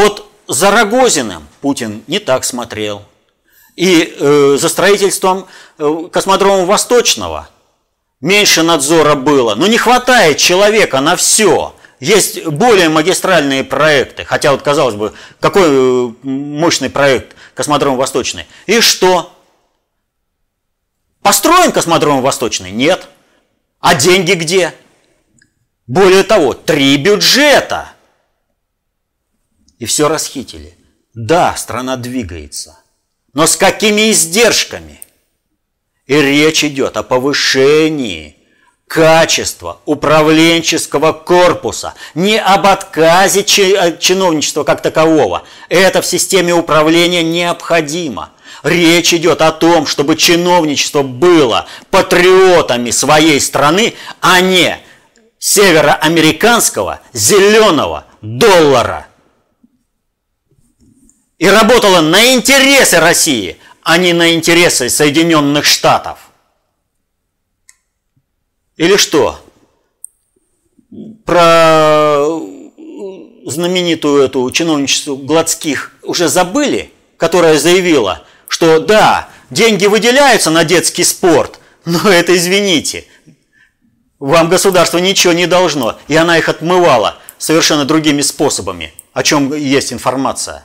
за Рогозиным Путин не так смотрел. И э, за строительством э, космодрома Восточного меньше надзора было. Но не хватает человека на все. Есть более магистральные проекты. Хотя вот, казалось бы, какой мощный проект космодром Восточный. И что? Построен космодром Восточный? Нет. А деньги где? Более того, три бюджета. И все расхитили. Да, страна двигается. Но с какими издержками? И речь идет о повышении качества управленческого корпуса, не об отказе чиновничества как такового. Это в системе управления необходимо. Речь идет о том, чтобы чиновничество было патриотами своей страны, а не североамериканского зеленого доллара. И работало на интересы России, а не на интересы Соединенных Штатов. Или что? Про знаменитую эту чиновничество Гладских уже забыли, которая заявила, что да, деньги выделяются на детский спорт, но это, извините, вам государство ничего не должно. И она их отмывала совершенно другими способами, о чем есть информация.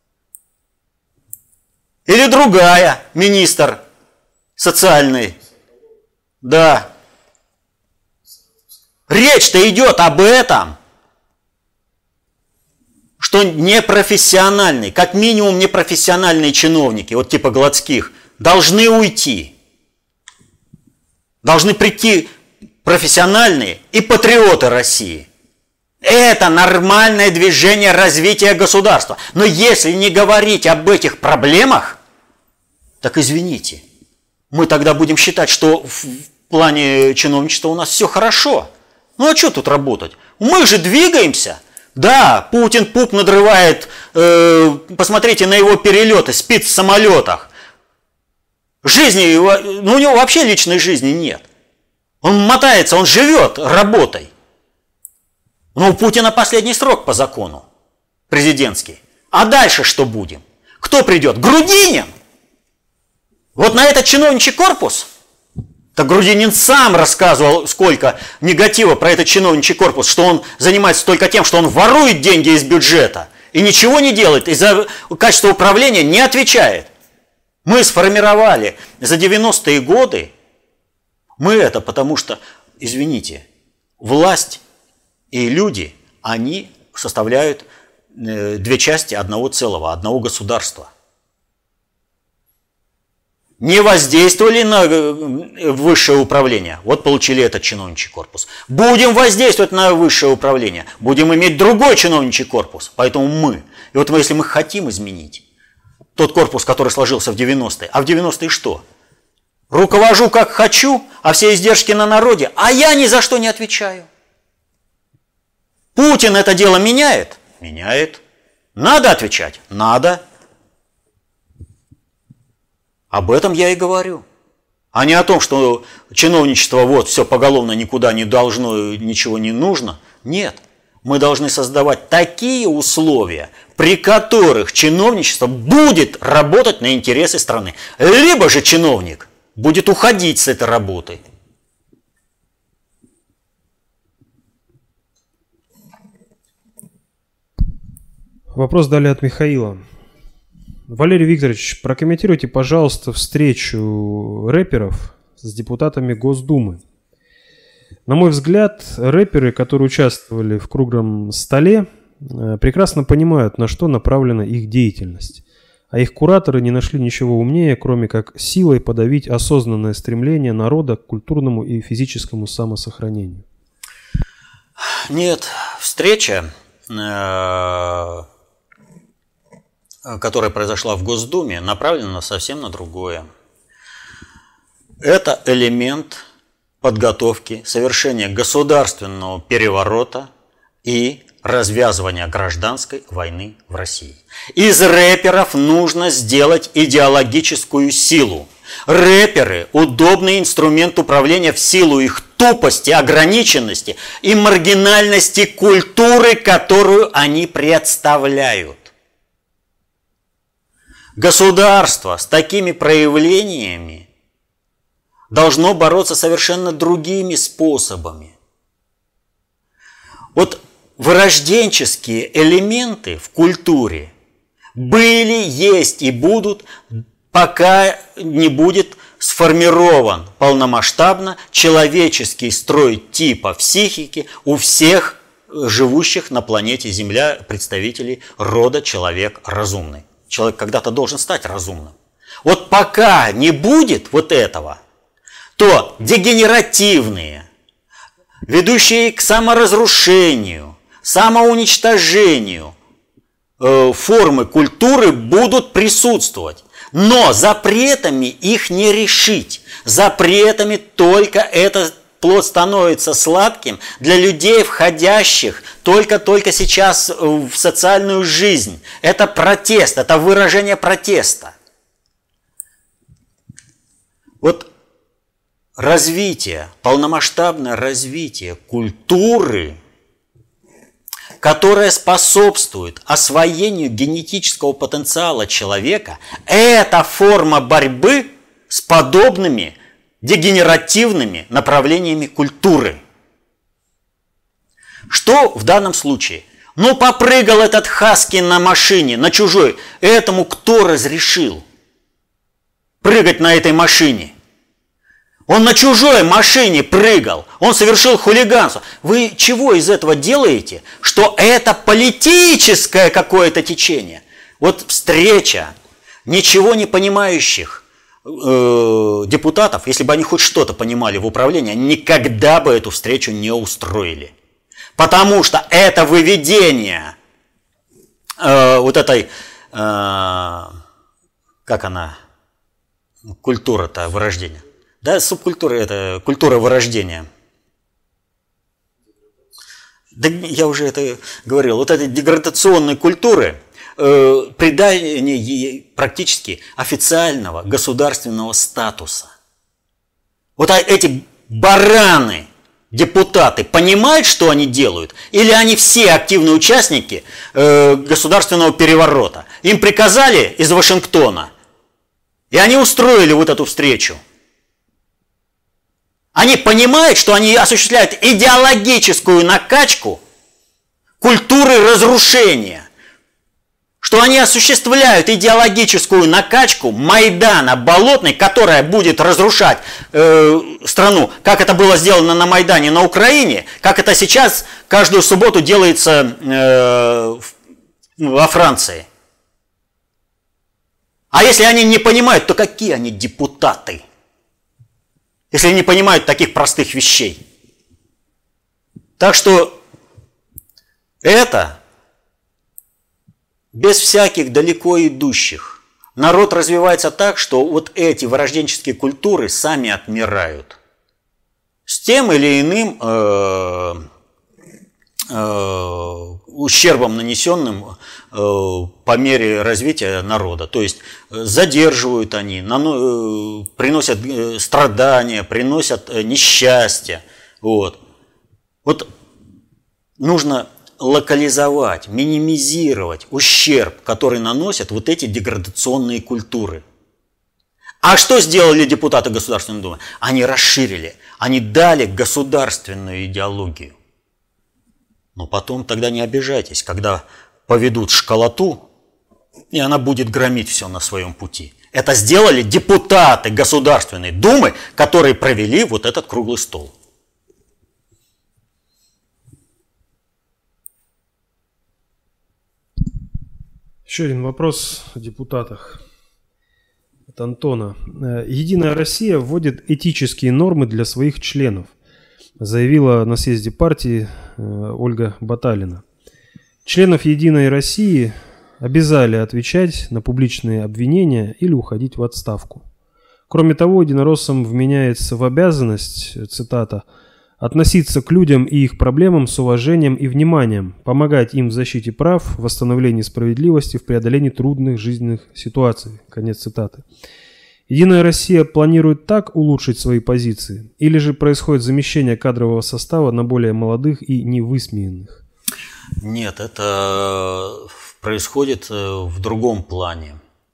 Или другая, министр социальный. Да. Речь-то идет об этом, что непрофессиональные, как минимум непрофессиональные чиновники, вот типа Гладских, должны уйти. Должны прийти профессиональные и патриоты России. Это нормальное движение развития государства. Но если не говорить об этих проблемах, так извините, мы тогда будем считать, что в плане чиновничества у нас все хорошо. Ну а что тут работать? Мы же двигаемся. Да, Путин пуп надрывает, э, посмотрите на его перелеты, спит в самолетах. Жизни, ну у него вообще личной жизни нет. Он мотается, он живет работой. Но у Путина последний срок по закону, президентский. А дальше что будем? Кто придет? Грудинин? Вот на этот чиновничий корпус? Так Грудинин сам рассказывал, сколько негатива про этот чиновничий корпус, что он занимается только тем, что он ворует деньги из бюджета и ничего не делает, и за качество управления не отвечает. Мы сформировали за девяностые годы, мы это потому что, извините, власть и люди, они составляют две части одного целого, одного государства. Не воздействовали на высшее управление, вот получили этот чиновничий корпус. Будем воздействовать на высшее управление, будем иметь другой чиновничий корпус, поэтому мы. И вот если мы хотим изменить тот корпус, который сложился в девяностые, а в девяностые что? Руковожу как хочу, а все издержки на народе, а я ни за что не отвечаю. Путин это дело меняет? Меняет. Надо отвечать? Надо. Об этом я и говорю. А не о том, что чиновничество вот все поголовно никуда не должно, ничего не нужно. Нет. Мы должны создавать такие условия, при которых чиновничество будет работать на интересы страны. Либо же чиновник будет уходить с этой работы. Вопрос далее от Михаила. Валерий Викторович, прокомментируйте, пожалуйста, встречу рэперов с депутатами Госдумы. На мой взгляд, рэперы, которые участвовали в круглом столе, прекрасно понимают, на что направлена их деятельность. А их кураторы не нашли ничего умнее, кроме как силой подавить осознанное стремление народа к культурному и физическому самосохранению. Нет, встреча, которая произошла в Госдуме, направлена совсем на другое. Это элемент подготовки, совершения государственного переворота и развязывания гражданской войны в России. Из рэперов нужно сделать идеологическую силу. Рэперы – удобный инструмент управления в силу их тупости, ограниченности и маргинальности культуры, которую они представляют. Государство с такими проявлениями должно бороться совершенно другими способами. Вот вырожденческие элементы в культуре были, есть и будут, пока не будет сформирован полномасштабно человеческий строй типа психики у всех живущих на планете Земля представителей рода человек разумный. Человек когда-то должен стать разумным. Вот пока не будет вот этого, то дегенеративные, ведущие к саморазрушению, самоуничтожению э, формы культуры будут присутствовать. Но запретами их не решить. Запретами только этот плод становится сладким для людей, входящих только-только сейчас в социальную жизнь. Это протест, это выражение протеста. Вот развитие, полномасштабное развитие культуры, которая способствует освоению генетического потенциала человека, это форма борьбы с подобными дегенеративными направлениями культуры. Что в данном случае? Ну, попрыгал этот хаски на машине, на чужой. Этому кто разрешил прыгать на этой машине? Он на чужой машине прыгал, он совершил хулиганство. Вы чего из этого делаете? Что это политическое какое-то течение. Вот встреча ничего не понимающих э, депутатов, если бы они хоть что-то понимали в управлении, они никогда бы эту встречу не устроили. Потому что это выведение э, вот этой, э, как она, культура-то вырождения. Да, субкультура – это культура вырождения. Да, я уже это говорил. Вот этой деградационной культуры, э, придание ей практически официального государственного статуса. Вот эти бараны, депутаты, понимают, что они делают? Или они все активные участники э, государственного переворота? Им приказали из Вашингтона, и они устроили вот эту встречу. Они понимают, что они осуществляют идеологическую накачку культуры разрушения, что они осуществляют идеологическую накачку Майдана Болотной, которая будет разрушать э, страну, как это было сделано на Майдане на Украине, как это сейчас каждую субботу делается э, во Франции. А если они не понимают, то какие они депутаты? Если не понимают таких простых вещей. Так что это без всяких далеко идущих. Народ развивается так, что вот эти вырожденческие культуры сами отмирают. С тем или иным э, э, ущербом, нанесенным э, по мере развития народа. То есть задерживают они, нано, э, приносят э, страдания, приносят э, несчастье. Вот. Вот нужно локализовать, минимизировать ущерб, который наносят вот эти деградационные культуры. А что сделали депутаты Государственной Думы? Они расширили, они дали государственную идеологию. Но потом тогда не обижайтесь, когда поведут школоту, и она будет громить все на своем пути. Это сделали депутаты Государственной Думы, которые провели вот этот круглый стол. Еще один вопрос о депутатах. От Антона. Единая Россия вводит этические нормы для своих членов, заявила на съезде партии Ольга Баталина. Членов Единой России обязали отвечать на публичные обвинения или уходить в отставку. Кроме того, единороссам вменяется в обязанность, цитата, относиться к людям и их проблемам с уважением и вниманием, помогать им в защите прав, восстановлении справедливости, в преодолении трудных жизненных ситуаций. Конец цитаты. Единая Россия планирует так улучшить свои позиции, или же происходит замещение кадрового состава на более молодых и невысмеянных? Нет, это происходит в другом плане.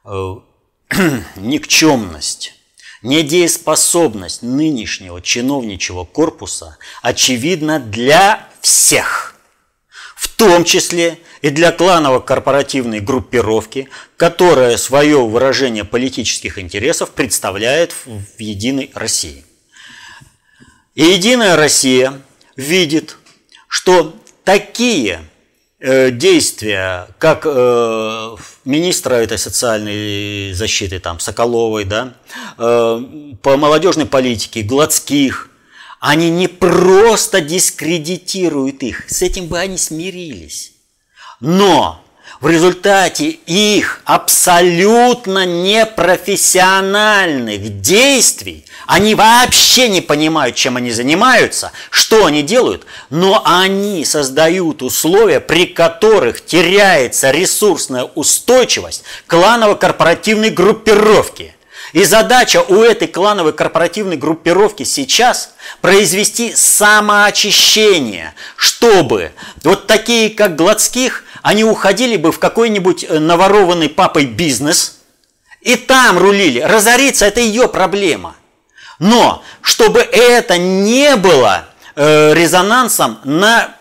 никчемность, недееспособность нынешнего чиновничьего корпуса очевидна для всех, в том числе и для кланово-корпоративной группировки, которая свое выражение политических интересов представляет в «Единой России». И «Единая Россия» видит, что такие э, действия, как э, министра этой социальной защиты там, Соколовой, да, э, по молодежной политике, Гладских, они не просто дискредитируют их, с этим бы они смирились, но в результате их абсолютно непрофессиональных действий, они вообще не понимают, чем они занимаются, что они делают, но они создают условия, при которых теряется ресурсная устойчивость кланово-корпоративной группировки. И задача у этой клановой корпоративной группировки сейчас произвести самоочищение, чтобы вот такие, как Гладских, они уходили бы в какой-нибудь наворованный папой бизнес и там рулили. Разориться – это ее проблема. Но чтобы это не было э, резонансом на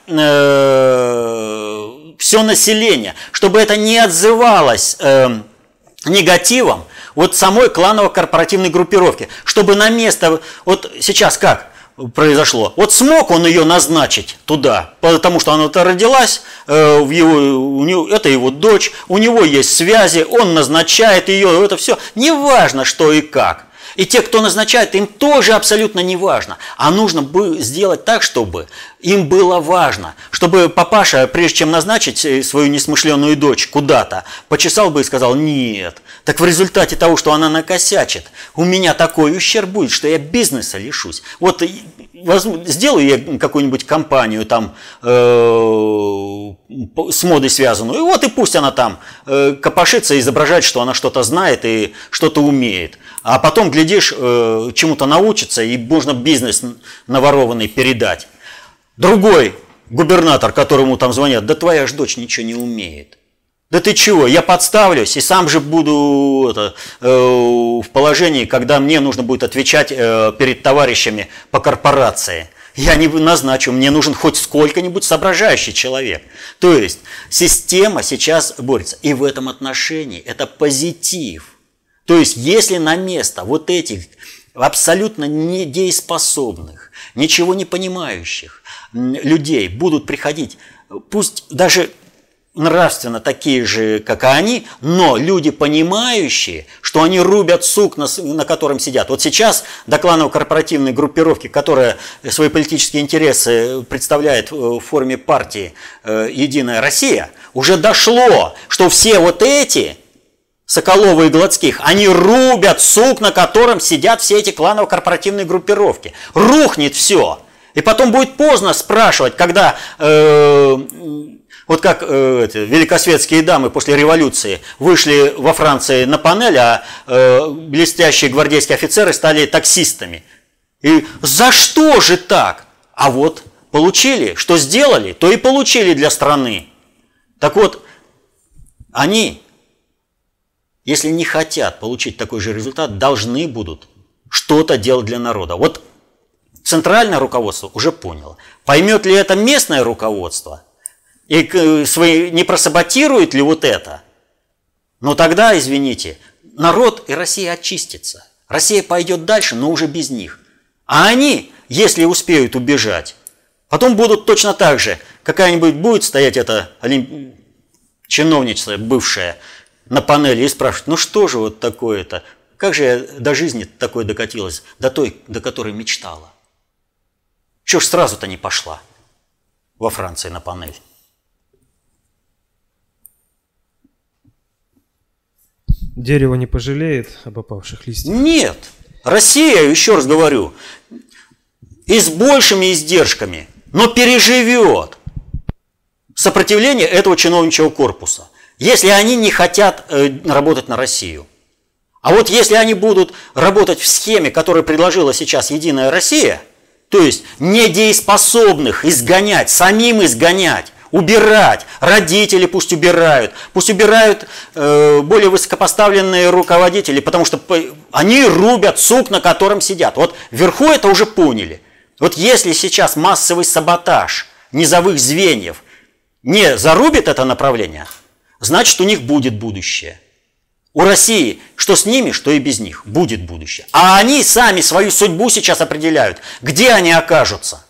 э, все население, чтобы это не отзывалось э, негативом вот самой кланово-корпоративной группировки, чтобы на место, вот сейчас как произошло, вот смог он ее назначить туда, потому что она-то родилась, э, в его, у него, это его дочь, у него есть связи, он назначает ее, это все, неважно что и как. И те, кто назначает, им тоже абсолютно не важно. А нужно бы сделать так, чтобы им было важно. Чтобы папаша, прежде чем назначить свою несмышленную дочь куда-то, почесал бы и сказал: нет. Так в результате того, что она накосячит, у меня такой ущерб будет, что я бизнеса лишусь. Вот сделаю я какую-нибудь компанию там э, с модой связанную, и вот и пусть она там э, копошится и изображает, что она что-то знает и что-то умеет. А потом, глядишь, э, чему-то научится, и можно бизнес наворованный передать. Другой губернатор, которому там звонят: да твоя ж дочь ничего не умеет. Да ты чего, я подставлюсь и сам же буду это, э, в положении, когда мне нужно будет отвечать э, перед товарищами по корпорации. Я не назначу, мне нужен хоть сколько-нибудь соображающий человек. То есть система сейчас борется. И в этом отношении это позитив. То есть если на место вот этих абсолютно недееспособных, ничего не понимающих людей будут приходить, пусть даже нравственно такие же, как и они, но люди, понимающие, что они рубят сук, на, на котором сидят. Вот сейчас до кланово-корпоративной группировки, которая свои политические интересы представляет в форме партии «Единая Россия», уже дошло, что все вот эти Соколова и Гладских, они рубят сук, на котором сидят все эти кланово-корпоративные группировки. Рухнет все. И потом будет поздно спрашивать, когда... Э, Вот как э, эти, великосветские дамы после революции вышли во Франции на панель, а э, блестящие гвардейские офицеры стали таксистами. И за что же так? А вот получили, что сделали, то и получили для страны. Так вот, они, если не хотят получить такой же результат, должны будут что-то делать для народа. Вот центральное руководство уже поняло. Поймет ли это местное руководство? И свои, не просаботирует ли вот это? Но тогда, извините, народ и Россия очистится. Россия пойдет дальше, но уже без них. А они, если успеют убежать, потом будут точно так же. Какая-нибудь будет стоять эта олимп... чиновница бывшая на панели и спрашивать: ну что же вот такое-то? Как же я до жизни такой докатилась, до той, до которой мечтала? Чего ж сразу-то не пошла во Франции на панель? Дерево не пожалеет об опавших листьях? Нет. Россия, еще раз говорю, и с большими издержками, но переживет сопротивление этого чиновничьего корпуса, если они не хотят э, работать на Россию. А вот если они будут работать в схеме, которую предложила сейчас «Единая Россия», то есть недееспособных изгонять, самим изгонять, убирать. Родители пусть убирают. Пусть убирают э, более высокопоставленные руководители, потому что они рубят сук, на котором сидят. Вот вверху это уже поняли. Вот если сейчас массовый саботаж низовых звеньев не зарубит это направление, значит, у них будет будущее. У России, что с ними, что и без них, будет будущее. А они сами свою судьбу сейчас определяют, где они окажутся.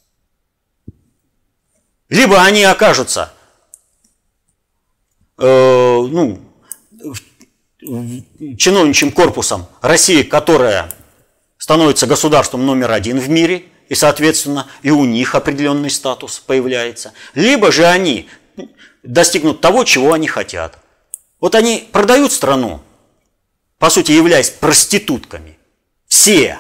Либо они окажутся э, ну, чиновничьим корпусом России, которая становится государством номер один в мире, и, соответственно, и у них определенный статус появляется. Либо же они достигнут того, чего они хотят. Вот они продают страну, по сути, являясь проститутками. Все.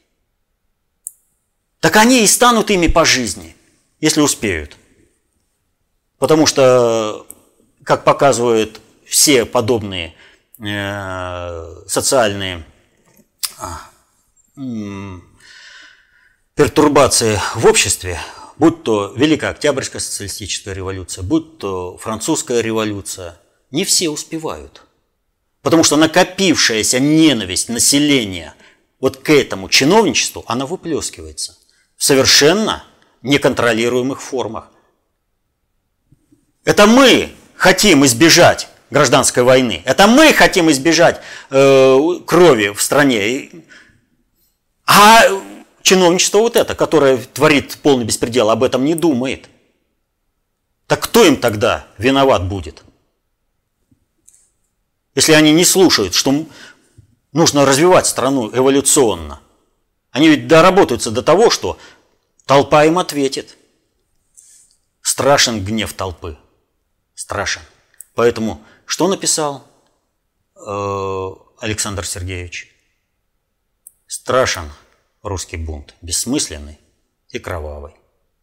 Так они и станут ими по жизни, если успеют. Потому что, как показывают все подобные э, социальные э, пертурбации в обществе, будь то Великая Октябрьская социалистическая революция, будь то Французская революция, не все успевают. Потому что накопившаяся ненависть населения вот к этому чиновничеству, она выплескивается в совершенно неконтролируемых формах. Это мы хотим избежать гражданской войны. Это мы хотим избежать э, крови в стране. А чиновничество вот это, которое творит полный беспредел, об этом не думает. Так кто им тогда виноват будет? Если они не слушают, что нужно развивать страну эволюционно. Они ведь доработаются до того, что толпа им ответит. Страшен гнев толпы. Страшен. Поэтому что написал э, Александр Сергеевич? Страшен русский бунт, бессмысленный и кровавый.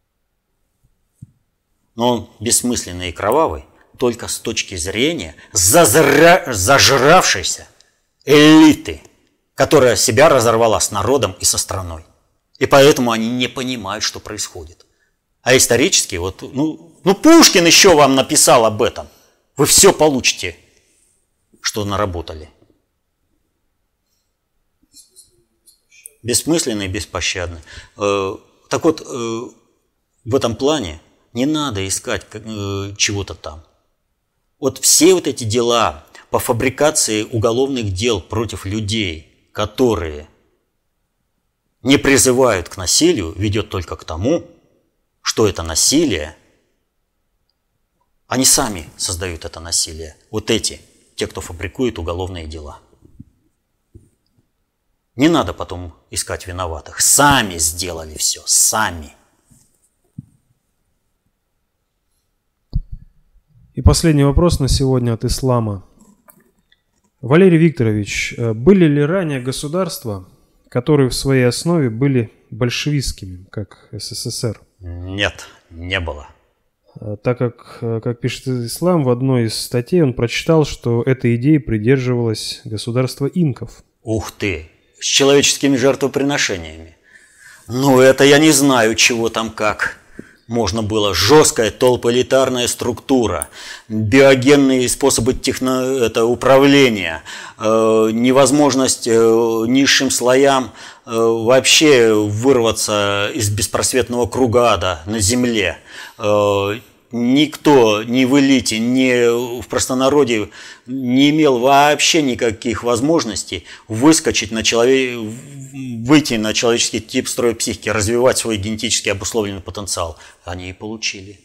Но он бессмысленный и кровавый только с точки зрения зазра... зажравшейся элиты, которая себя разорвала с народом и со страной. И поэтому они не понимают, что происходит. А исторически, вот, ну, ну Пушкин еще вам написал об этом. Вы все получите, что наработали. Бессмысленный и беспощадный. Так вот, в этом плане не надо искать чего-то там. Вот все вот эти дела по фабрикации уголовных дел против людей, которые не призывают к насилию, ведет только к тому, что это насилие, они сами создают это насилие. Вот эти, те, кто фабрикует уголовные дела. Не надо потом искать виноватых. Сами сделали все, сами. И последний вопрос на сегодня от ислама. Валерий Викторович, были ли ранее государства, которые в своей основе были большевистскими, как СССР? Нет, не было. Так как, как пишет ислам, в одной из статей он прочитал, что этой идеи придерживалось государство инков. Ух ты, с человеческими жертвоприношениями. Ну, это я не знаю, чего там как. Можно было. Жесткая толполитарная структура, биогенные способы техно, это, управления, э, невозможность э, низшим слоям э, вообще вырваться из беспросветного круга ада на земле. Э, никто ни в элите, ни в простонародье не имел вообще никаких возможностей выскочить на человек, выйти на человеческий тип строя психики, развивать свой генетически обусловленный потенциал. Они и получили.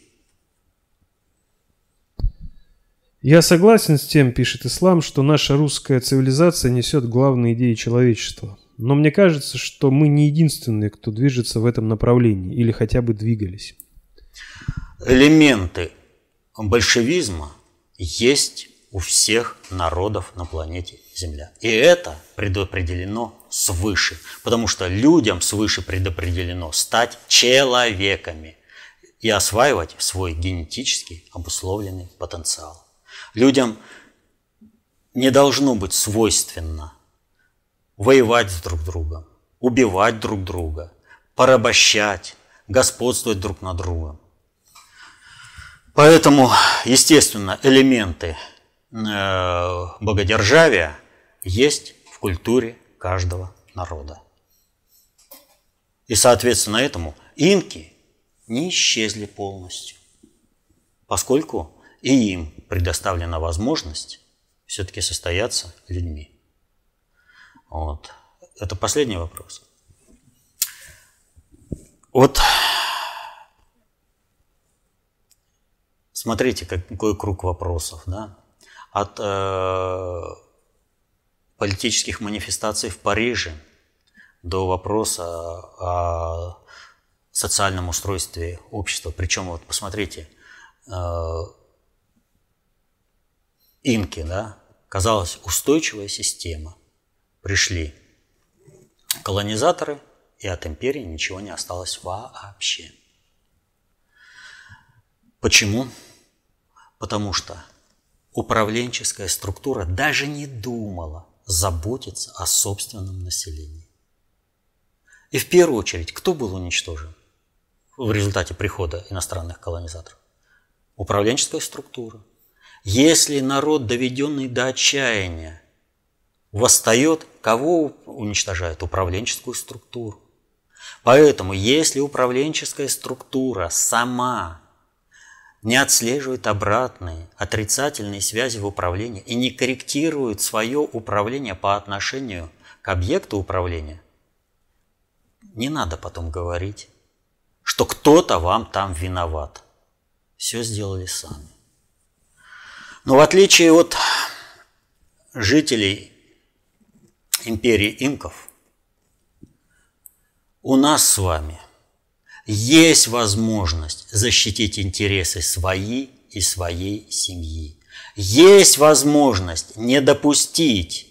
Я согласен с тем, пишет ислам, что наша русская цивилизация несет главные идеи человечества. Но мне кажется, что мы не единственные, кто движется в этом направлении или хотя бы двигались. Элементы большевизма есть у всех народов на планете Земля. И это предопределено свыше. Потому что людям свыше предопределено стать человеками и осваивать свой генетически обусловленный потенциал. Людям не должно быть свойственно воевать с друг другом, убивать друг друга, порабощать, господствовать друг над другом. Поэтому, естественно, элементы э, богодержавия есть в культуре каждого народа. И, соответственно, этому инки не исчезли полностью, поскольку и им предоставлена возможность все-таки состояться людьми. Вот. Это последний вопрос. Вот смотрите, какой круг вопросов, да? От э, политических манифестаций в Париже до вопроса о социальном устройстве общества. Причем, вот посмотрите, э, инки, да, казалось, устойчивая система. Пришли колонизаторы, и от империи ничего не осталось вообще. Почему? Потому что управленческая структура даже не думала заботиться о собственном населении. И в первую очередь, кто был уничтожен в результате прихода иностранных колонизаторов? Управленческая структура. Если народ, доведенный до отчаяния, восстает, кого уничтожает? Управленческую структуру. Поэтому, если управленческая структура сама не отслеживает обратные отрицательные связи в управлении и не корректирует свое управление по отношению к объекту управления, не надо потом говорить, что кто-то вам там виноват. Все сделали сами. Но в отличие от жителей империи инков, у нас с вами есть возможность защитить интересы свои и своей семьи. Есть возможность не допустить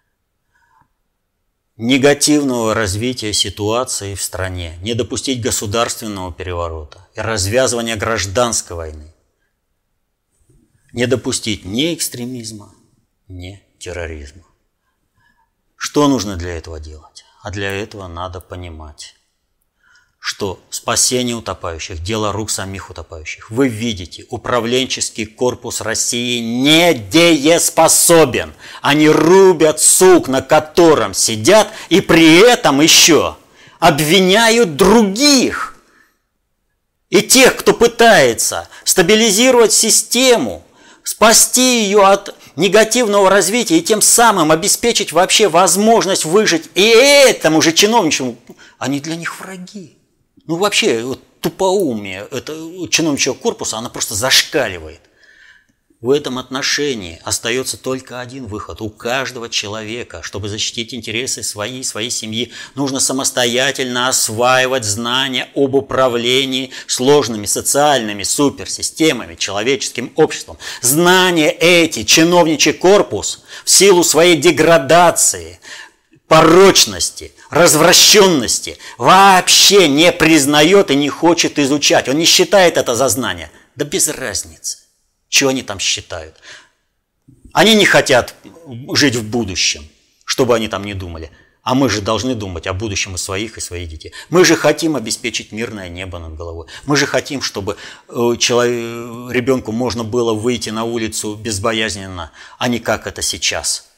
негативного развития ситуации в стране, не допустить государственного переворота и развязывания гражданской войны, не допустить ни экстремизма, ни терроризма. Что нужно для этого делать? А для этого надо понимать, что спасение утопающих – дело рук самих утопающих. Вы видите, управленческий корпус России недееспособен. Они рубят сук, на котором сидят, и при этом еще обвиняют других. И тех, кто пытается стабилизировать систему, спасти ее от негативного развития и тем самым обеспечить вообще возможность выжить и этому же чиновничему, они для них враги. Ну вообще вот, тупоумие это, чиновничьего корпуса, она просто зашкаливает. В этом отношении остается только один выход. У каждого человека, чтобы защитить интересы своей, своей семьи, нужно самостоятельно осваивать знания об управлении сложными социальными суперсистемами, человеческим обществом. Знания эти чиновничий корпус в силу своей деградации, порочности, развращенности вообще не признает и не хочет изучать. Он не считает это за знание. Да без разницы. Чего они там считают? Они не хотят жить в будущем, чтобы они там не думали. А мы же должны думать о будущем и своих, и своих детей. Мы же хотим обеспечить мирное небо над головой. Мы же хотим, чтобы человек, ребенку можно было выйти на улицу безбоязненно, а не как это сейчас.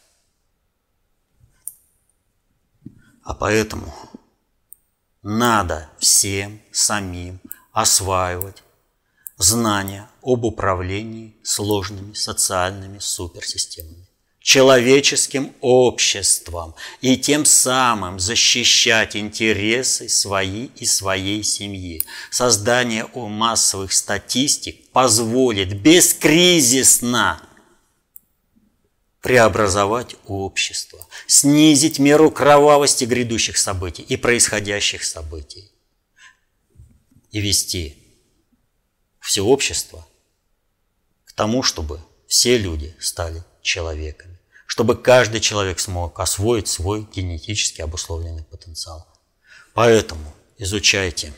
А поэтому надо всем самим осваивать знания об управлении сложными социальными суперсистемами, человеческим обществом и тем самым защищать интересы свои и своей семьи. Создание массовых статистик позволит бескризисно преобразовать общество, снизить меру кровавости грядущих событий и происходящих событий и вести все общество к тому, чтобы все люди стали человеками, чтобы каждый человек смог освоить свой генетически обусловленный потенциал. Поэтому изучайте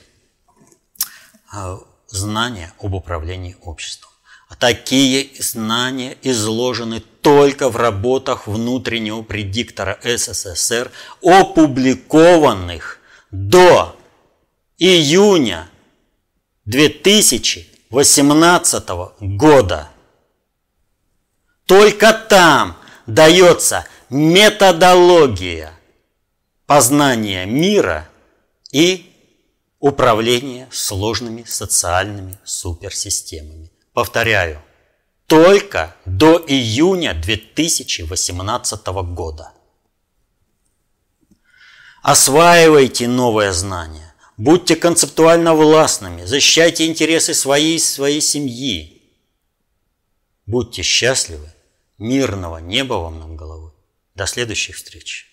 знания об управлении обществом. Такие знания изложены только в работах внутреннего предиктора СССР, опубликованных до июня две тысячи восемнадцатого года. Только там дается методология познания мира и управления сложными социальными суперсистемами. Повторяю, только до июня две тысячи восемнадцатого года. Осваивайте новое знание, будьте концептуально властными, защищайте интересы своей и своей семьи. Будьте счастливы, мирного неба вам над головой. До следующих встреч.